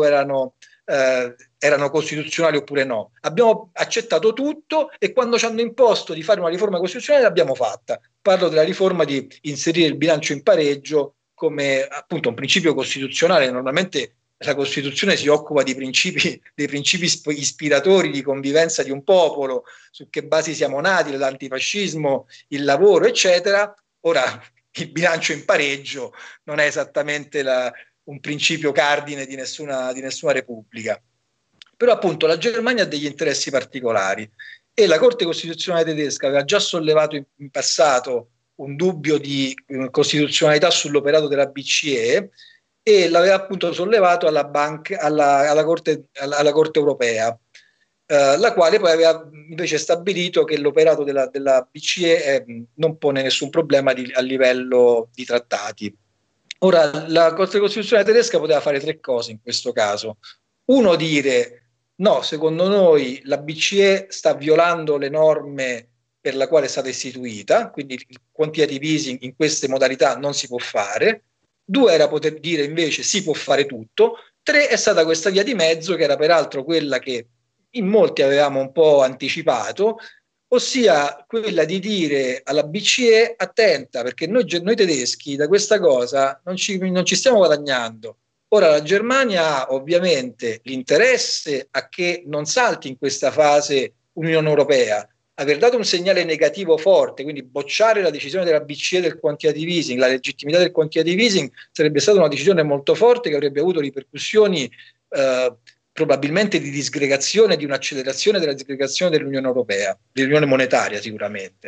erano costituzionali oppure no. Abbiamo accettato tutto e quando ci hanno imposto di fare una riforma costituzionale l'abbiamo fatta. Parlo della riforma di inserire il bilancio in pareggio come appunto un principio costituzionale. Normalmente la Costituzione si occupa dei principi ispiratori di convivenza di un popolo, su che basi siamo nati, l'antifascismo, il lavoro, eccetera. Ora, il bilancio in pareggio non è esattamente un principio cardine di nessuna repubblica. Però appunto la Germania ha degli interessi particolari e la Corte Costituzionale tedesca aveva già sollevato in passato un dubbio di costituzionalità sull'operato della BCE e l'aveva appunto sollevato alla Corte europea, la quale poi aveva invece stabilito che l'operato della BCE non pone nessun problema a livello di trattati. Ora, la Corte Costituzionale tedesca poteva fare tre cose in questo caso. Uno, dire no, secondo noi la BCE sta violando le norme per la quale è stata istituita, quindi il quantitative easing in queste modalità non si può fare. Due era poter dire invece si può fare tutto. Tre è stata questa via di mezzo, che era peraltro quella che in molti avevamo un po' anticipato, ossia quella di dire alla BCE attenta, perché noi tedeschi da questa cosa non ci stiamo guadagnando. Ora la Germania ha ovviamente l'interesse a che non salti in questa fase Unione Europea. Aver dato un segnale negativo forte, quindi bocciare la decisione della BCE del quantitative easing, la legittimità del quantitative easing sarebbe stata una decisione molto forte che avrebbe avuto ripercussioni probabilmente di disgregazione, di un'accelerazione della disgregazione dell'Unione Europea, dell'Unione Monetaria sicuramente.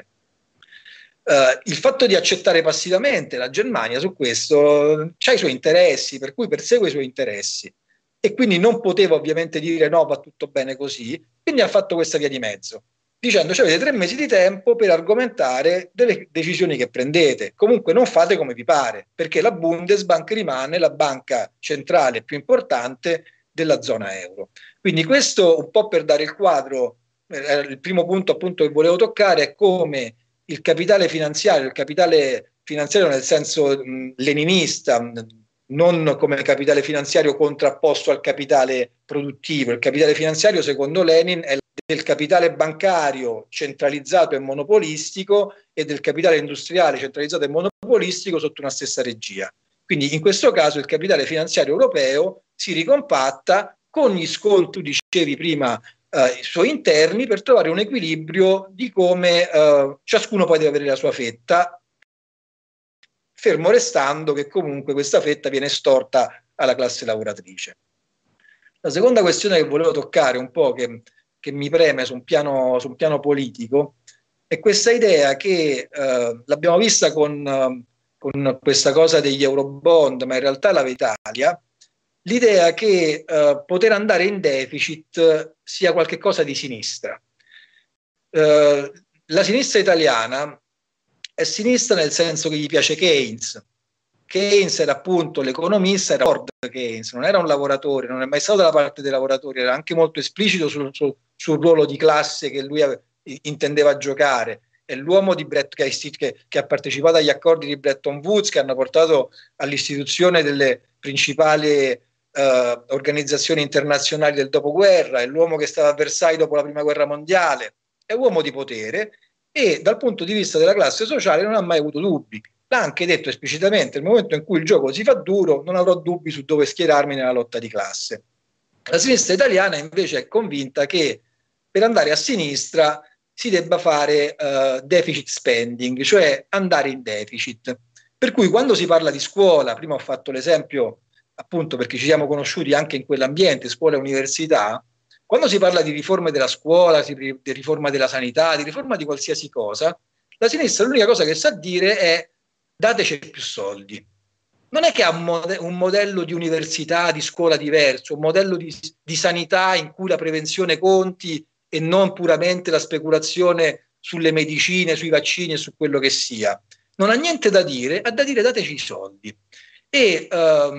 Il fatto di accettare passivamente la Germania su questo ha i suoi interessi, per cui persegue i suoi interessi e quindi non poteva ovviamente dire no, va tutto bene così, quindi ha fatto questa via di mezzo, dicendo cioè, avete 3 mesi di tempo per argomentare delle decisioni che prendete, comunque non fate come vi pare, perché la Bundesbank rimane la banca centrale più importante della zona euro. Quindi questo un po' per dare il quadro, il primo punto appunto che volevo toccare è come il capitale finanziario nel senso leninista, non come capitale finanziario contrapposto al capitale produttivo. Il capitale finanziario, secondo Lenin, è del capitale bancario centralizzato e monopolistico e del capitale industriale centralizzato e monopolistico sotto una stessa regia. Quindi in questo caso il capitale finanziario europeo si ricompatta con gli sconti, tu dicevi prima, i suoi interni per trovare un equilibrio di come ciascuno poi deve avere la sua fetta, fermo restando che comunque questa fetta viene storta alla classe lavoratrice. La seconda questione che volevo toccare un po', che mi preme su un piano politico, è questa idea che l'abbiamo vista con questa cosa degli eurobond, ma in realtà la Italia, l'idea che poter andare in deficit sia qualcosa di sinistra. la sinistra italiana è sinistra nel senso che gli piace Keynes. Keynes era appunto l'economista, era Ford Keynes, non era un lavoratore, non è mai stato dalla parte dei lavoratori, era anche molto esplicito sul ruolo di classe che lui intendeva giocare. È l'uomo che ha partecipato agli accordi di Bretton Woods, che hanno portato all'istituzione delle principali organizzazioni internazionali del dopoguerra, è l'uomo che stava a Versailles dopo la prima guerra mondiale, è uomo di potere e dal punto di vista della classe sociale non ha mai avuto dubbi. L'ha anche detto esplicitamente: nel momento in cui il gioco si fa duro non avrò dubbi su dove schierarmi nella lotta di classe. La sinistra italiana invece è convinta che per andare a sinistra si debba fare deficit spending, cioè andare in deficit. Per cui quando si parla di scuola, prima ho fatto l'esempio appunto perché ci siamo conosciuti anche in quell'ambiente, scuola e università, quando si parla di riforme della scuola, di riforma della sanità, di riforma di qualsiasi cosa, la sinistra l'unica cosa che sa dire è: dateci più soldi. Non è che ha un modello di università, di scuola diverso, un modello di sanità in cui la prevenzione conti e non puramente la speculazione sulle medicine, sui vaccini e su quello che sia. Non ha niente da dire, ha da dire: dateci i soldi. E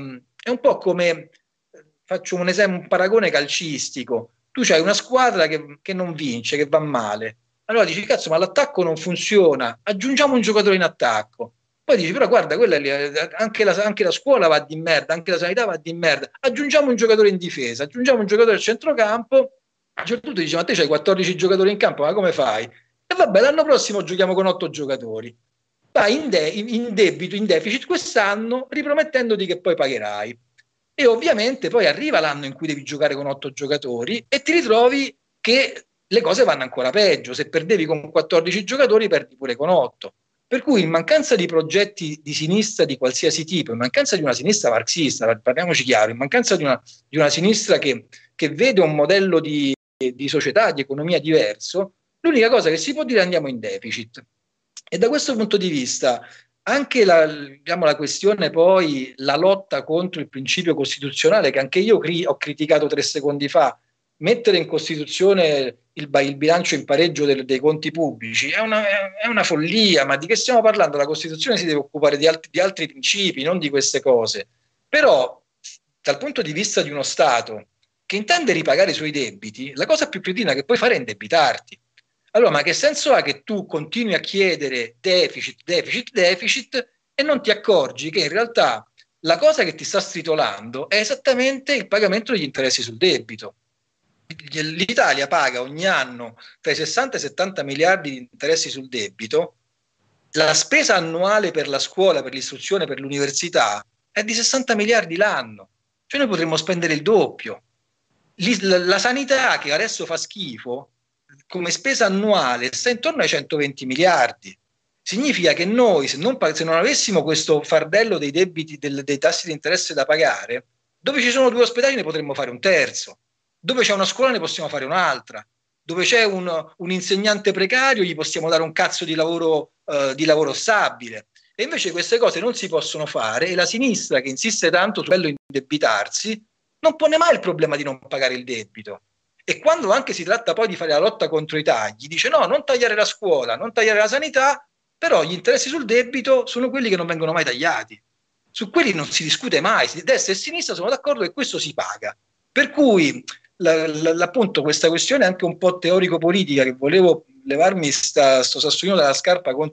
è un po' come, faccio un esempio, un paragone calcistico. Tu c'hai una squadra che non vince, che va male. Allora dici: cazzo, ma l'attacco non funziona, aggiungiamo un giocatore in attacco. Poi dici: però guarda, anche la scuola va di merda, anche la sanità va di merda, aggiungiamo un giocatore in difesa, aggiungiamo un giocatore al centrocampo. A un certo punto dici: ma te c'hai 14 giocatori in campo, ma come fai? E vabbè, l'anno prossimo giochiamo con 8 giocatori. Vai in debito, in deficit quest'anno, ripromettendoti che poi pagherai. E ovviamente poi arriva l'anno in cui devi giocare con 8 giocatori e ti ritrovi che le cose vanno ancora peggio. Se perdevi con 14 giocatori, perdi pure con 8. Per cui in mancanza di progetti di sinistra di qualsiasi tipo, in mancanza di una sinistra marxista, parliamoci chiaro, in mancanza di una sinistra che vede un modello di società, di economia diverso, l'unica cosa che si può dire è: andiamo in deficit. E da questo punto di vista anche la questione poi, la lotta contro il principio costituzionale, che anche io ho criticato 3 secondi fa, mettere in Costituzione il bilancio in pareggio dei conti pubblici è una follia. Ma di che stiamo parlando? La Costituzione si deve occupare di altri principi, non di queste cose. Però dal punto di vista di uno Stato che intende ripagare i suoi debiti, la cosa più cretina che puoi fare è indebitarti. Allora, ma che senso ha che tu continui a chiedere deficit, deficit, deficit e non ti accorgi che in realtà la cosa che ti sta stritolando è esattamente il pagamento degli interessi sul debito? L'Italia paga ogni anno tra i 60 e i 70 miliardi di interessi sul debito. La spesa annuale per la scuola, per l'istruzione, per l'università è di 60 miliardi l'anno. Cioè noi potremmo spendere il doppio. La sanità, che adesso fa schifo, come spesa annuale sta intorno ai 120 miliardi. Significa che noi, se non avessimo questo fardello dei debiti, dei tassi di interesse da pagare, dove ci sono 2 ospedali ne potremmo fare un terzo, dove c'è una scuola ne possiamo fare un'altra, dove c'è un insegnante precario gli possiamo dare un cazzo di lavoro stabile. E invece queste cose non si possono fare, e la sinistra, che insiste tanto su quello indebitarsi, non pone mai il problema di non pagare il debito. E quando anche si tratta poi di fare la lotta contro i tagli, dice: no, non tagliare la scuola, non tagliare la sanità, però gli interessi sul debito sono quelli che non vengono mai tagliati. Su quelli non si discute mai, destra e sinistra sono d'accordo che questo si paga. Per cui appunto questa questione anche un po' teorico-politica, che volevo levarmi sto sassolino dalla scarpa contro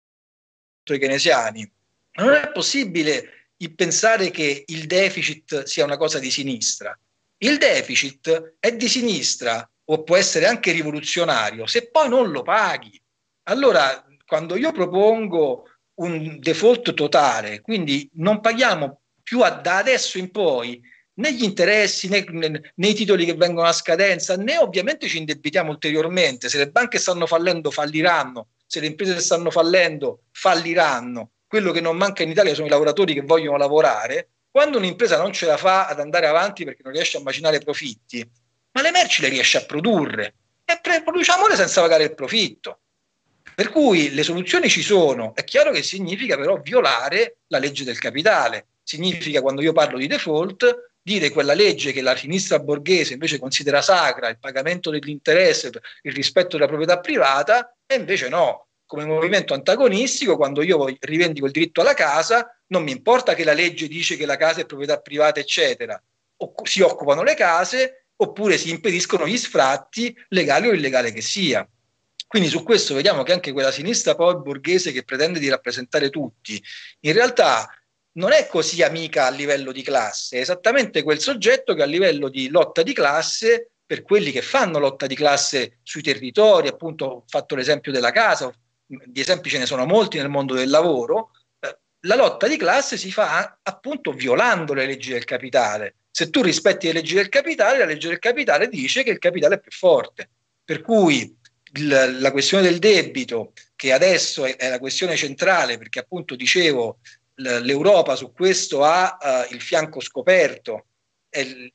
i keynesiani, non è possibile pensare che il deficit sia una cosa di sinistra. Il deficit è di sinistra, o può essere anche rivoluzionario, se poi non lo paghi. Allora, quando io propongo un default totale, quindi non paghiamo più da adesso in poi né gli interessi né i titoli che vengono a scadenza, né ovviamente ci indebitiamo ulteriormente. Se le banche stanno fallendo, falliranno. Se le imprese stanno fallendo, falliranno. Quello che non manca in Italia sono i lavoratori che vogliono lavorare. Quando un'impresa non ce la fa ad andare avanti perché non riesce a macinare profitti, ma le merci le riesce a produrre, e produciamole senza pagare il profitto. Per cui le soluzioni ci sono. È chiaro che significa però violare la legge del capitale. Significa, quando io parlo di default, dire quella legge che la sinistra borghese invece considera sacra, il pagamento dell'interesse, il rispetto della proprietà privata, e invece no. Come movimento antagonistico, quando io rivendico il diritto alla casa, non mi importa che la legge dice che la casa è proprietà privata, eccetera. Si occupano le case oppure si impediscono gli sfratti, legali o illegali che sia. Quindi su questo vediamo che anche quella sinistra poi borghese che pretende di rappresentare tutti, in realtà non è così amica a livello di classe, è esattamente quel soggetto che a livello di lotta di classe, per quelli che fanno lotta di classe sui territori, appunto ho fatto l'esempio della casa, di esempi ce ne sono molti nel mondo del lavoro, la lotta di classe si fa appunto violando le leggi del capitale. Se tu rispetti le leggi del capitale, la legge del capitale dice che il capitale è più forte. Per cui la questione del debito, che adesso è la questione centrale, perché appunto dicevo, l'Europa su questo ha il fianco scoperto, è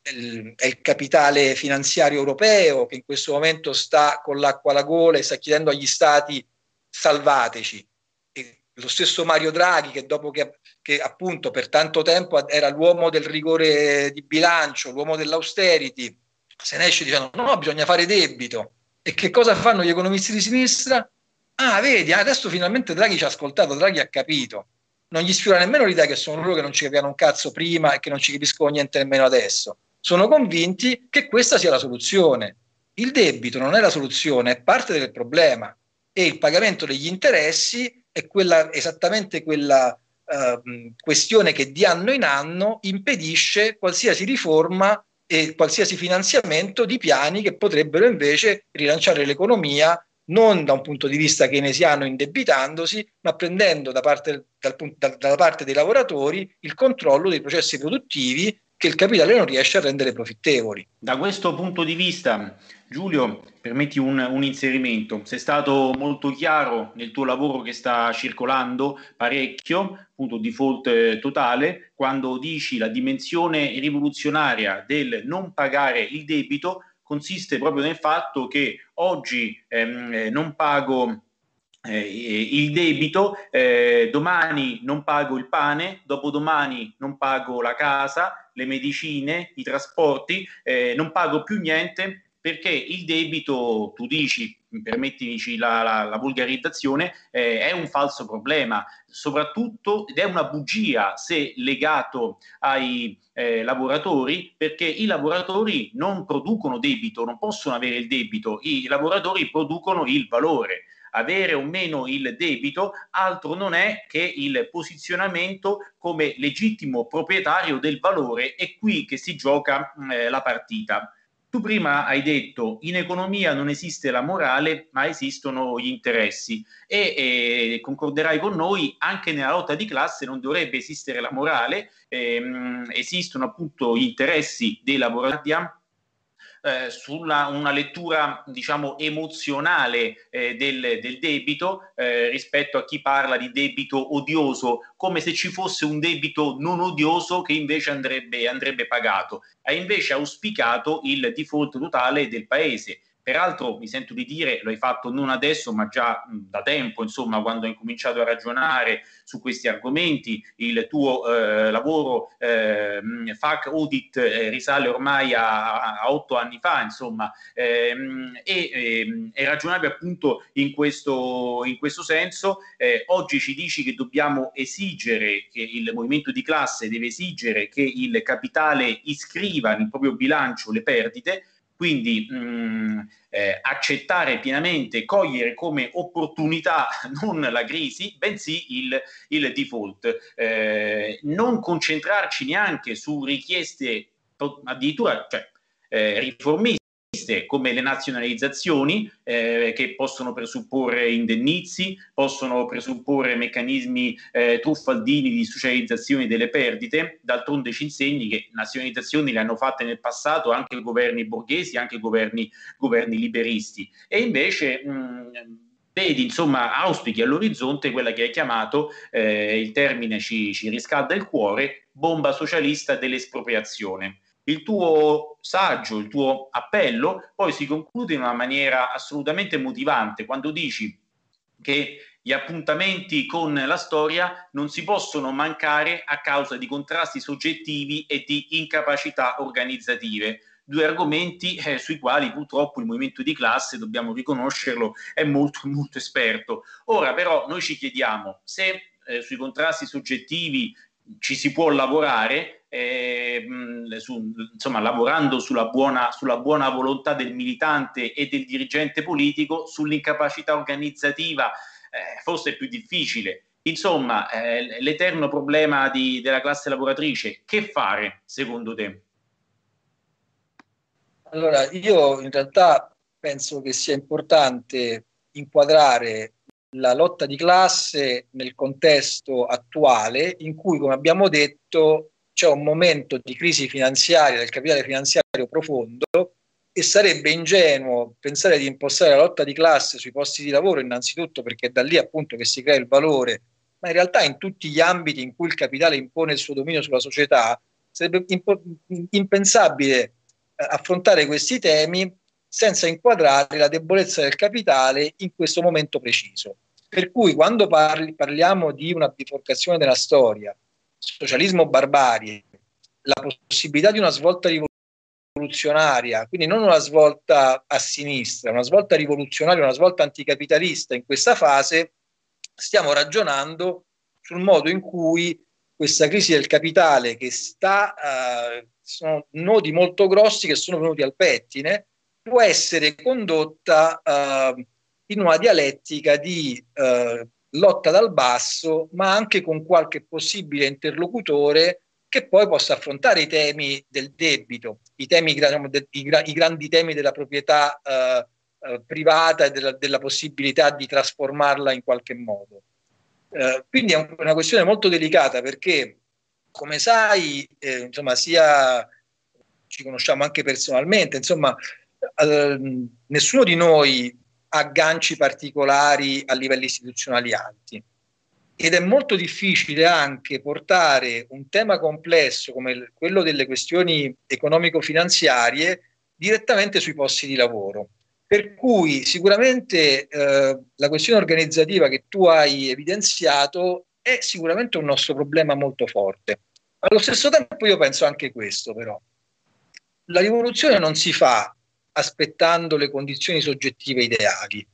il capitale finanziario europeo che in questo momento sta con l'acqua alla gola e sta chiedendo agli stati salvateci. E lo stesso Mario Draghi, che dopo che appunto per tanto tempo era l'uomo del rigore di bilancio, l'uomo dell'austerity, se ne esce dicendo no, bisogna fare debito. E che cosa fanno gli economisti di sinistra? Ah, vedi, adesso finalmente Draghi ci ha ascoltato, Draghi ha capito. Non gli sfiora nemmeno l'idea che sono loro che non ci capiano un cazzo prima e che non ci capiscono niente nemmeno adesso. Sono convinti che questa sia la soluzione. Il debito non è la soluzione, è parte del problema. E il pagamento degli interessi è esattamente quella questione che di anno in anno impedisce qualsiasi riforma e qualsiasi finanziamento di piani che potrebbero invece rilanciare l'economia non da un punto di vista keynesiano indebitandosi, ma prendendo dalla parte dei lavoratori il controllo dei processi produttivi che il capitale non riesce a rendere profittevoli. Da questo punto di vista, Giulio, permetti un inserimento. Sei stato molto chiaro nel tuo lavoro che sta circolando parecchio, appunto default totale, quando dici la dimensione rivoluzionaria del non pagare il debito consiste proprio nel fatto che oggi non pago il debito, domani non pago il pane, dopodomani non pago la casa, le medicine, i trasporti, non pago più niente perché il debito, tu dici, permettici la volgarizzazione, è un falso problema, soprattutto ed è una bugia se legato ai lavoratori, perché i lavoratori non producono debito, non possono avere il debito, i lavoratori producono il valore. Avere o meno il debito altro non è che il posizionamento come legittimo proprietario del valore, è qui che si gioca la partita. Tu prima hai detto in economia non esiste la morale ma esistono gli interessi e concorderai con noi anche nella lotta di classe non dovrebbe esistere la morale, esistono appunto gli interessi dei lavoratori sulla una lettura diciamo emozionale del debito rispetto a chi parla di debito odioso, come se ci fosse un debito non odioso che invece andrebbe pagato. Ha invece auspicato il default totale del paese. Peraltro mi sento di dire, lo hai fatto non adesso ma già da tempo, insomma, quando hai cominciato a ragionare su questi argomenti, il tuo lavoro FAQ Audit risale ormai a 8 anni fa, insomma, e ragionavi appunto in questo senso. Oggi ci dici che dobbiamo esigere, che il movimento di classe deve esigere che il capitale iscriva nel proprio bilancio le perdite, quindi accettare pienamente, cogliere come opportunità non la crisi, bensì il default. Non concentrarci neanche su richieste addirittura riformiste come le nazionalizzazioni che possono presupporre indennizi, possono presupporre meccanismi truffaldini di socializzazione delle perdite. D'altronde ci insegni che nazionalizzazioni le hanno fatte nel passato anche governi borghesi, anche governi liberisti, e invece vedi, insomma, auspichi all'orizzonte quella che hai chiamato, il termine ci riscalda il cuore, bomba socialista dell'espropriazione. Il tuo saggio, il tuo appello poi si conclude in una maniera assolutamente motivante quando dici che Gli appuntamenti con la storia non si possono mancare a causa di contrasti soggettivi e di incapacità organizzative. Due argomenti sui quali purtroppo il movimento di classe, dobbiamo riconoscerlo, è molto molto esperto. Ora però noi ci chiediamo se sui contrasti soggettivi ci si può lavorare, insomma, lavorando sulla buona volontà del militante e del dirigente politico. Sull'incapacità organizzativa forse è più difficile. Insomma, l'eterno problema della classe lavoratrice. Che fare, secondo te? Allora, io in realtà penso che sia importante inquadrare la lotta di classe nel contesto attuale, in cui, come abbiamo detto, c'è un momento di crisi finanziaria, del capitale finanziario profondo, e sarebbe ingenuo pensare di impostare la lotta di classe sui posti di lavoro, innanzitutto perché è da lì appunto che si crea il valore, ma in realtà in tutti gli ambiti in cui il capitale impone il suo dominio sulla società, sarebbe impensabile affrontare questi temi senza inquadrare la debolezza del capitale in questo momento preciso. Per cui quando parliamo di una biforcazione della storia, socialismo barbarie, la possibilità di una svolta rivoluzionaria, quindi non una svolta a sinistra, una svolta rivoluzionaria, una svolta anticapitalista, in questa fase stiamo ragionando sul modo in cui questa crisi del capitale che sono nodi molto grossi che sono venuti al pettine, può essere condotta in una dialettica di lotta dal basso, ma anche con qualche possibile interlocutore che poi possa affrontare i temi del debito, i grandi temi della proprietà privata e della possibilità di trasformarla in qualche modo. Quindi è una questione molto delicata, perché, come sai, insomma, ci conosciamo anche personalmente, insomma, nessuno di noi ha ganci particolari a livelli istituzionali alti, ed è molto difficile anche portare un tema complesso come quello delle questioni economico-finanziarie direttamente sui posti di lavoro. Per cui sicuramente la questione organizzativa che tu hai evidenziato è sicuramente un nostro problema molto forte. Allo stesso tempo io penso anche questo, però. La rivoluzione non si fa aspettando le condizioni soggettive ideali.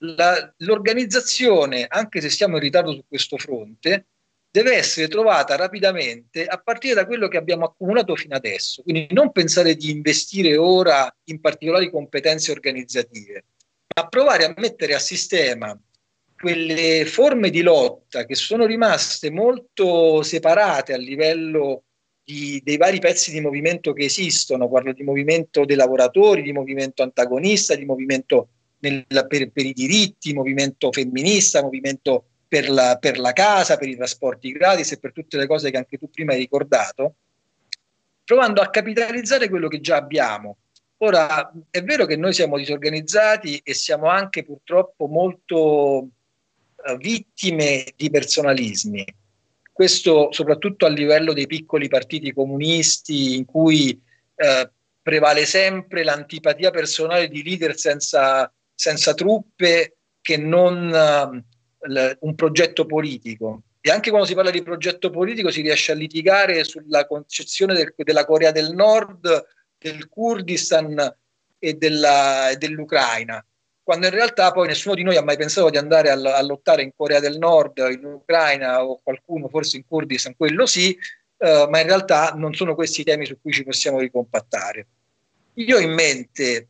L'organizzazione, anche se siamo in ritardo su questo fronte, deve essere trovata rapidamente a partire da quello che abbiamo accumulato fino adesso. Quindi non pensare di investire ora in particolari competenze organizzative, ma provare a mettere a sistema quelle forme di lotta che sono rimaste molto separate a livello dei vari pezzi di movimento che esistono. Parlo di movimento dei lavoratori, di movimento antagonista, di movimento per i diritti, movimento femminista, movimento per la casa, per i trasporti gratis e per tutte le cose che anche tu prima hai ricordato, provando a capitalizzare quello che già abbiamo. Ora, è vero che noi siamo disorganizzati e siamo anche purtroppo molto vittime di personalismi. Questo soprattutto a livello dei piccoli partiti comunisti, in cui prevale sempre l'antipatia personale di leader senza truppe, che non un progetto politico. E anche quando si parla di progetto politico si riesce a litigare sulla concezione della Corea del Nord, del Kurdistan e dell'Ucraina, quando in realtà poi nessuno di noi ha mai pensato di andare a lottare in Corea del Nord, in Ucraina, o qualcuno forse in Kurdistan, quello sì, ma in realtà non sono questi i temi su cui ci possiamo ricompattare. Io ho in mente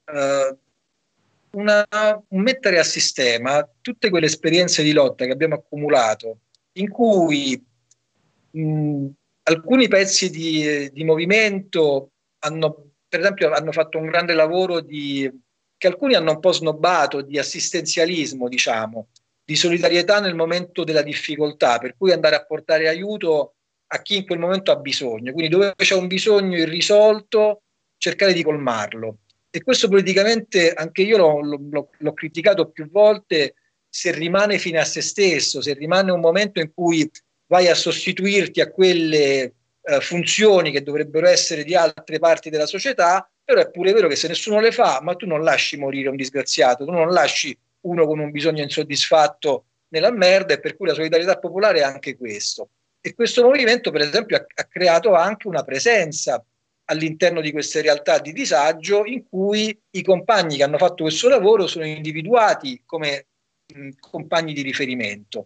mettere a sistema tutte quelle esperienze di lotta che abbiamo accumulato, in cui alcuni pezzi di movimento per esempio, hanno fatto un grande lavoro che alcuni hanno un po' snobbato, di assistenzialismo, diciamo, di solidarietà nel momento della difficoltà, per cui andare a portare aiuto a chi in quel momento ha bisogno. Quindi dove c'è un bisogno irrisolto, cercare di colmarlo. E questo politicamente anche io l'ho criticato più volte, se rimane fine a se stesso, se rimane un momento in cui vai a sostituirti a quelle funzioni che dovrebbero essere di altre parti della società. Però è pure vero che se nessuno le fa, ma tu non lasci morire un disgraziato, tu non lasci uno con un bisogno insoddisfatto nella merda, e per cui la solidarietà popolare è anche questo. E questo movimento, per esempio, ha creato anche una presenza all'interno di queste realtà di disagio, in cui i compagni che hanno fatto questo lavoro sono individuati come compagni di riferimento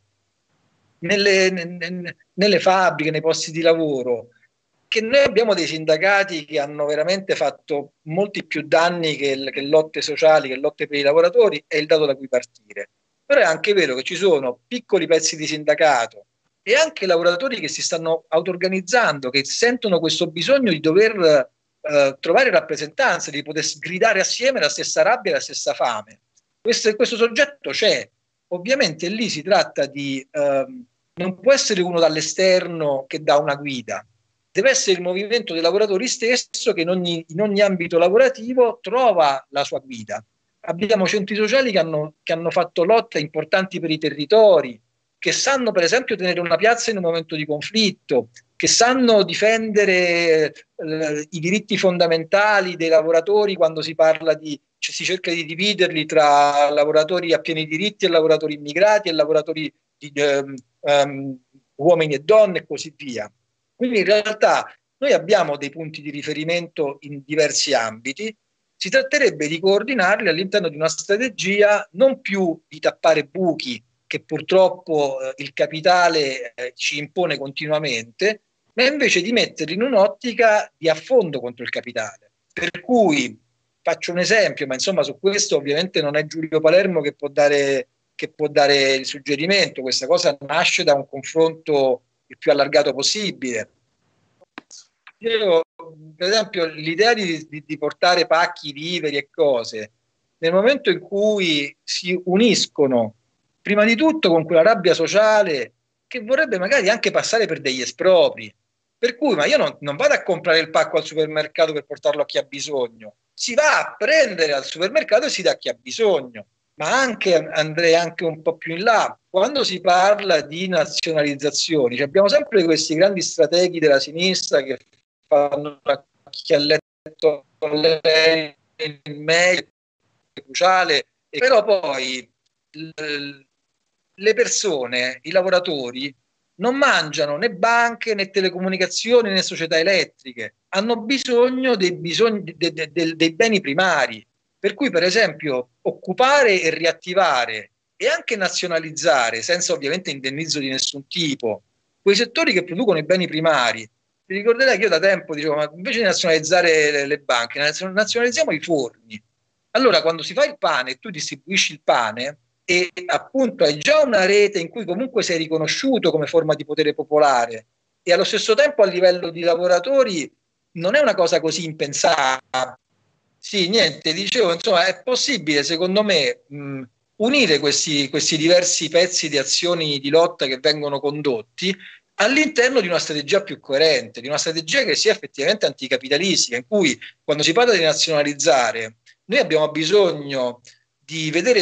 nelle fabbriche, nei posti di lavoro. Che noi abbiamo dei sindacati che hanno veramente fatto molti più danni che lotte sociali, che lotte per i lavoratori, è il dato da cui partire. Però è anche vero che ci sono piccoli pezzi di sindacato e anche lavoratori che si stanno auto-organizzando, che sentono questo bisogno di dover trovare rappresentanza, di poter gridare assieme la stessa rabbia e la stessa fame. Questo soggetto c'è. Ovviamente lì si tratta di... non può essere uno dall'esterno che dà una guida, deve essere il movimento dei lavoratori stesso che in ogni ambito lavorativo trova la sua guida. Abbiamo centri sociali che hanno fatto lotte importanti per i territori, che sanno per esempio tenere una piazza in un momento di conflitto, che sanno difendere i diritti fondamentali dei lavoratori quando si parla si cerca di dividerli tra lavoratori a pieni diritti e lavoratori immigrati e lavoratori uomini e donne e così via. Quindi in realtà noi abbiamo dei punti di riferimento in diversi ambiti, si tratterebbe di coordinarli all'interno di una strategia non più di tappare buchi che purtroppo il capitale ci impone continuamente, ma invece di metterli in un'ottica di affondo contro il capitale. Per cui faccio un esempio, ma insomma su questo ovviamente non è Giulio Palermo che può dare il suggerimento, questa cosa nasce da un confronto il più allargato possibile. Io, per esempio, l'idea di portare pacchi, viveri e cose, nel momento in cui si uniscono, prima di tutto con quella rabbia sociale che vorrebbe magari anche passare per degli espropri, per cui ma io non vado a comprare il pacco al supermercato per portarlo a chi ha bisogno, si va a prendere al supermercato e si dà a chi ha bisogno. Ma andrei anche un po' più in là. Quando si parla di nazionalizzazioni, abbiamo sempre questi grandi strateghi della sinistra che fanno chi ha letto il mail cruciale, però poi le persone, i lavoratori, non mangiano né banche né telecomunicazioni né società elettriche, hanno bisogno dei beni primari. Per cui, per esempio, occupare e riattivare e anche nazionalizzare, senza ovviamente indennizzo di nessun tipo, quei settori che producono i beni primari. Ti ricorderai che io da tempo dicevo, ma invece di nazionalizzare le banche, nazionalizziamo i forni. Allora, quando si fa il pane, tu distribuisci il pane e appunto hai già una rete in cui comunque sei riconosciuto come forma di potere popolare e allo stesso tempo a livello di lavoratori non è una cosa così impensabile. Sì, niente, dicevo, insomma, è possibile, secondo me, unire questi diversi pezzi di azioni di lotta che vengono condotti all'interno di una strategia più coerente, di una strategia che sia effettivamente anticapitalistica, in cui quando si parla di nazionalizzare, noi abbiamo bisogno di vedere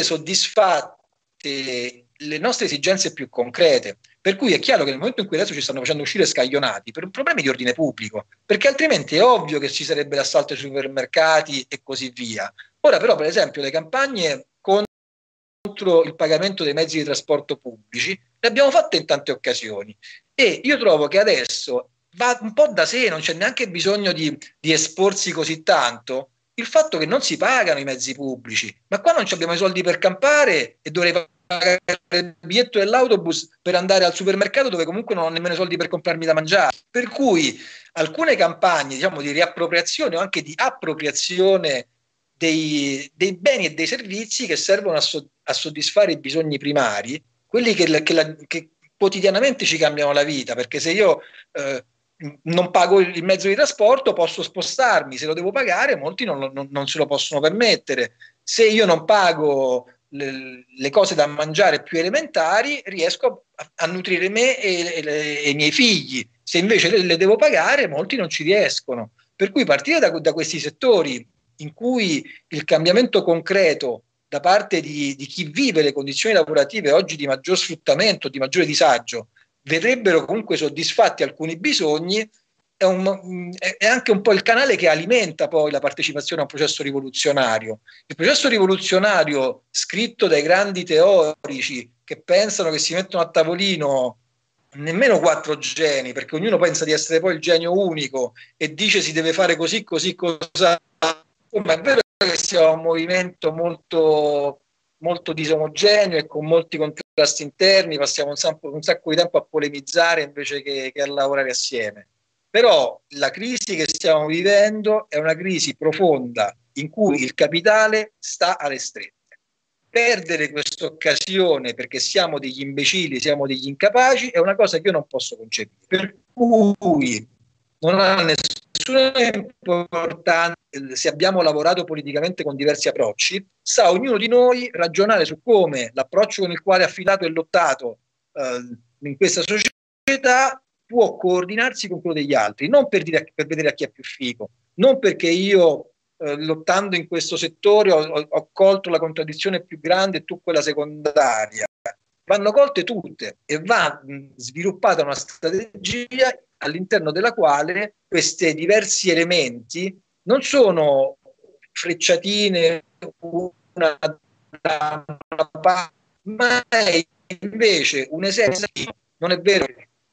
soddisfatte le nostre esigenze più concrete. Per cui è chiaro che nel momento in cui adesso ci stanno facendo uscire scaglionati per problemi di ordine pubblico, perché altrimenti è ovvio che ci sarebbe l'assalto ai supermercati e così via. Ora però, per esempio, le campagne contro il pagamento dei mezzi di trasporto pubblici le abbiamo fatte in tante occasioni e io trovo che adesso va un po' da sé, non c'è neanche bisogno di esporsi così tanto, il fatto che non si pagano i mezzi pubblici, ma qua non abbiamo i soldi per campare e dovrei pagare il biglietto dell'autobus per andare al supermercato dove comunque non ho nemmeno i soldi per comprarmi da mangiare. Per cui alcune campagne, diciamo, di riappropriazione o anche di appropriazione dei beni e dei servizi che servono a soddisfare i bisogni primari, quelli che quotidianamente ci cambiano la vita, perché se io non pago il mezzo di trasporto posso spostarmi, se lo devo pagare molti non se lo possono permettere, se io non pago le cose da mangiare più elementari riesco a nutrire me e i miei figli, se invece le devo pagare molti non ci riescono, per cui partire da questi settori in cui il cambiamento concreto da parte di chi vive le condizioni lavorative oggi di maggior sfruttamento, di maggiore disagio, vedrebbero comunque soddisfatti alcuni bisogni, è anche un po' il canale che alimenta poi la partecipazione a un processo rivoluzionario. Il processo rivoluzionario scritto dai grandi teorici che pensano che si mettono a tavolino nemmeno 4 geni, perché ognuno pensa di essere poi il genio unico e dice si deve fare così, così, cosa. Ma è vero che siamo un movimento molto, molto disomogeneo e con molti contrasti interni, passiamo un sacco di tempo a polemizzare invece che a lavorare assieme. Però la crisi che stiamo vivendo è una crisi profonda in cui il capitale sta alle strette. Perdere questa occasione perché siamo degli imbecilli, siamo degli incapaci, è una cosa che io non posso concepire. Per cui non ha nessuna importanza se abbiamo lavorato politicamente con diversi approcci, sa ognuno di noi ragionare su come l'approccio con il quale ha affidato e lottato in questa società può coordinarsi con quello degli altri, non per vedere a chi è più figo, non perché io lottando in questo settore ho colto la contraddizione più grande e tu quella secondaria. Vanno colte tutte e va sviluppata una strategia all'interno della quale questi diversi elementi non sono frecciatine una da una parte, ma è invece un esempio. Non è vero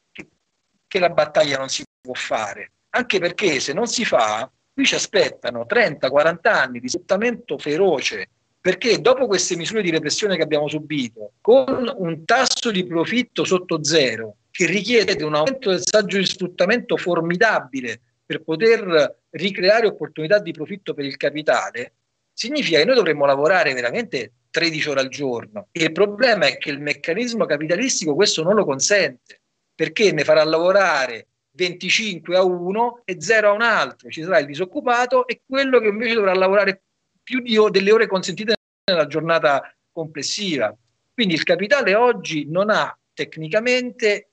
che la battaglia non si può fare, anche perché se non si fa, qui ci aspettano 30-40 anni di sfruttamento feroce, perché dopo queste misure di repressione che abbiamo subito, con un tasso di profitto sotto zero, che richiede un aumento del saggio di sfruttamento formidabile per poter ricreare opportunità di profitto per il capitale, significa che noi dovremmo lavorare veramente 13 ore al giorno. E il problema è che il meccanismo capitalistico questo non lo consente, perché ne farà lavorare 25 a uno e 0 a un altro. Ci sarà il disoccupato e quello che invece dovrà lavorare più delle ore consentite nella giornata complessiva. Quindi il capitale oggi non ha tecnicamente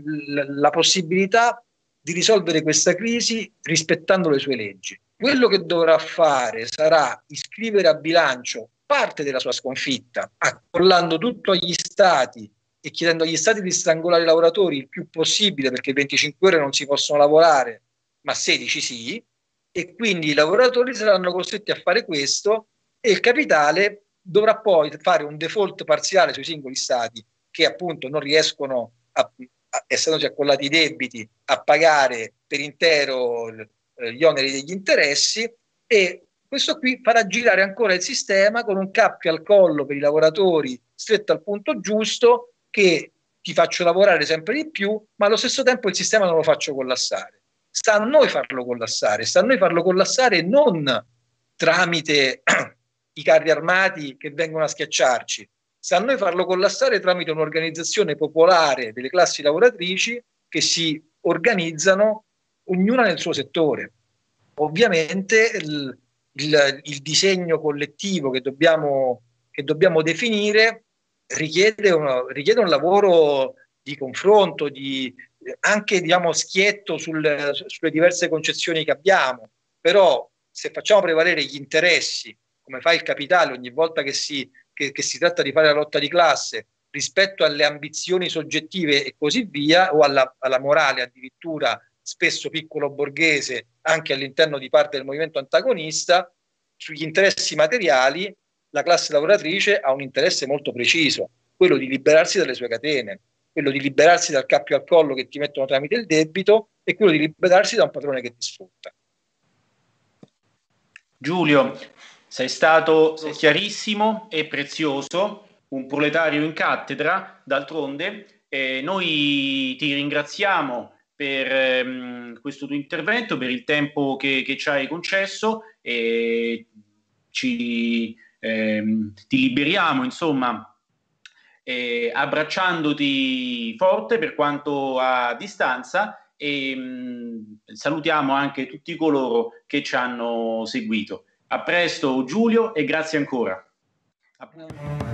la possibilità di risolvere questa crisi rispettando le sue leggi. Quello che dovrà fare sarà iscrivere a bilancio parte della sua sconfitta, accollando tutto agli stati e chiedendo agli stati di strangolare i lavoratori il più possibile, perché 25 ore non si possono lavorare, ma 16 sì, e quindi i lavoratori saranno costretti a fare questo e il capitale dovrà poi fare un default parziale sui singoli stati che appunto non riescono, essendosi accollati i debiti, a pagare per intero gli oneri degli interessi, e questo qui farà girare ancora il sistema con un cappio al collo per i lavoratori stretto al punto giusto, che ti faccio lavorare sempre di più, ma allo stesso tempo il sistema non lo faccio collassare. Sta a noi farlo collassare non tramite i carri armati che vengono a schiacciarci, sta a noi farlo collassare tramite un'organizzazione popolare delle classi lavoratrici che si organizzano ognuna nel suo settore. Ovviamente il disegno collettivo che dobbiamo definire richiede un lavoro di confronto, anche schietto sulle diverse concezioni che abbiamo, però se facciamo prevalere gli interessi, come fa il capitale ogni volta che si tratta di fare la lotta di classe, rispetto alle ambizioni soggettive e così via, o alla morale addirittura spesso piccolo borghese anche all'interno di parte del movimento antagonista, sugli interessi materiali la classe lavoratrice ha un interesse molto preciso, quello di liberarsi dalle sue catene, quello di liberarsi dal cappio al collo che ti mettono tramite il debito e quello di liberarsi da un padrone che ti sfrutta. Giulio, sei stato chiarissimo e prezioso, un proletario in cattedra, d'altronde. Noi ti ringraziamo per questo tuo intervento, per il tempo che ci hai concesso, e ti liberiamo, insomma, abbracciandoti forte per quanto a distanza, e salutiamo anche tutti coloro che ci hanno seguito. A presto Giulio e grazie ancora.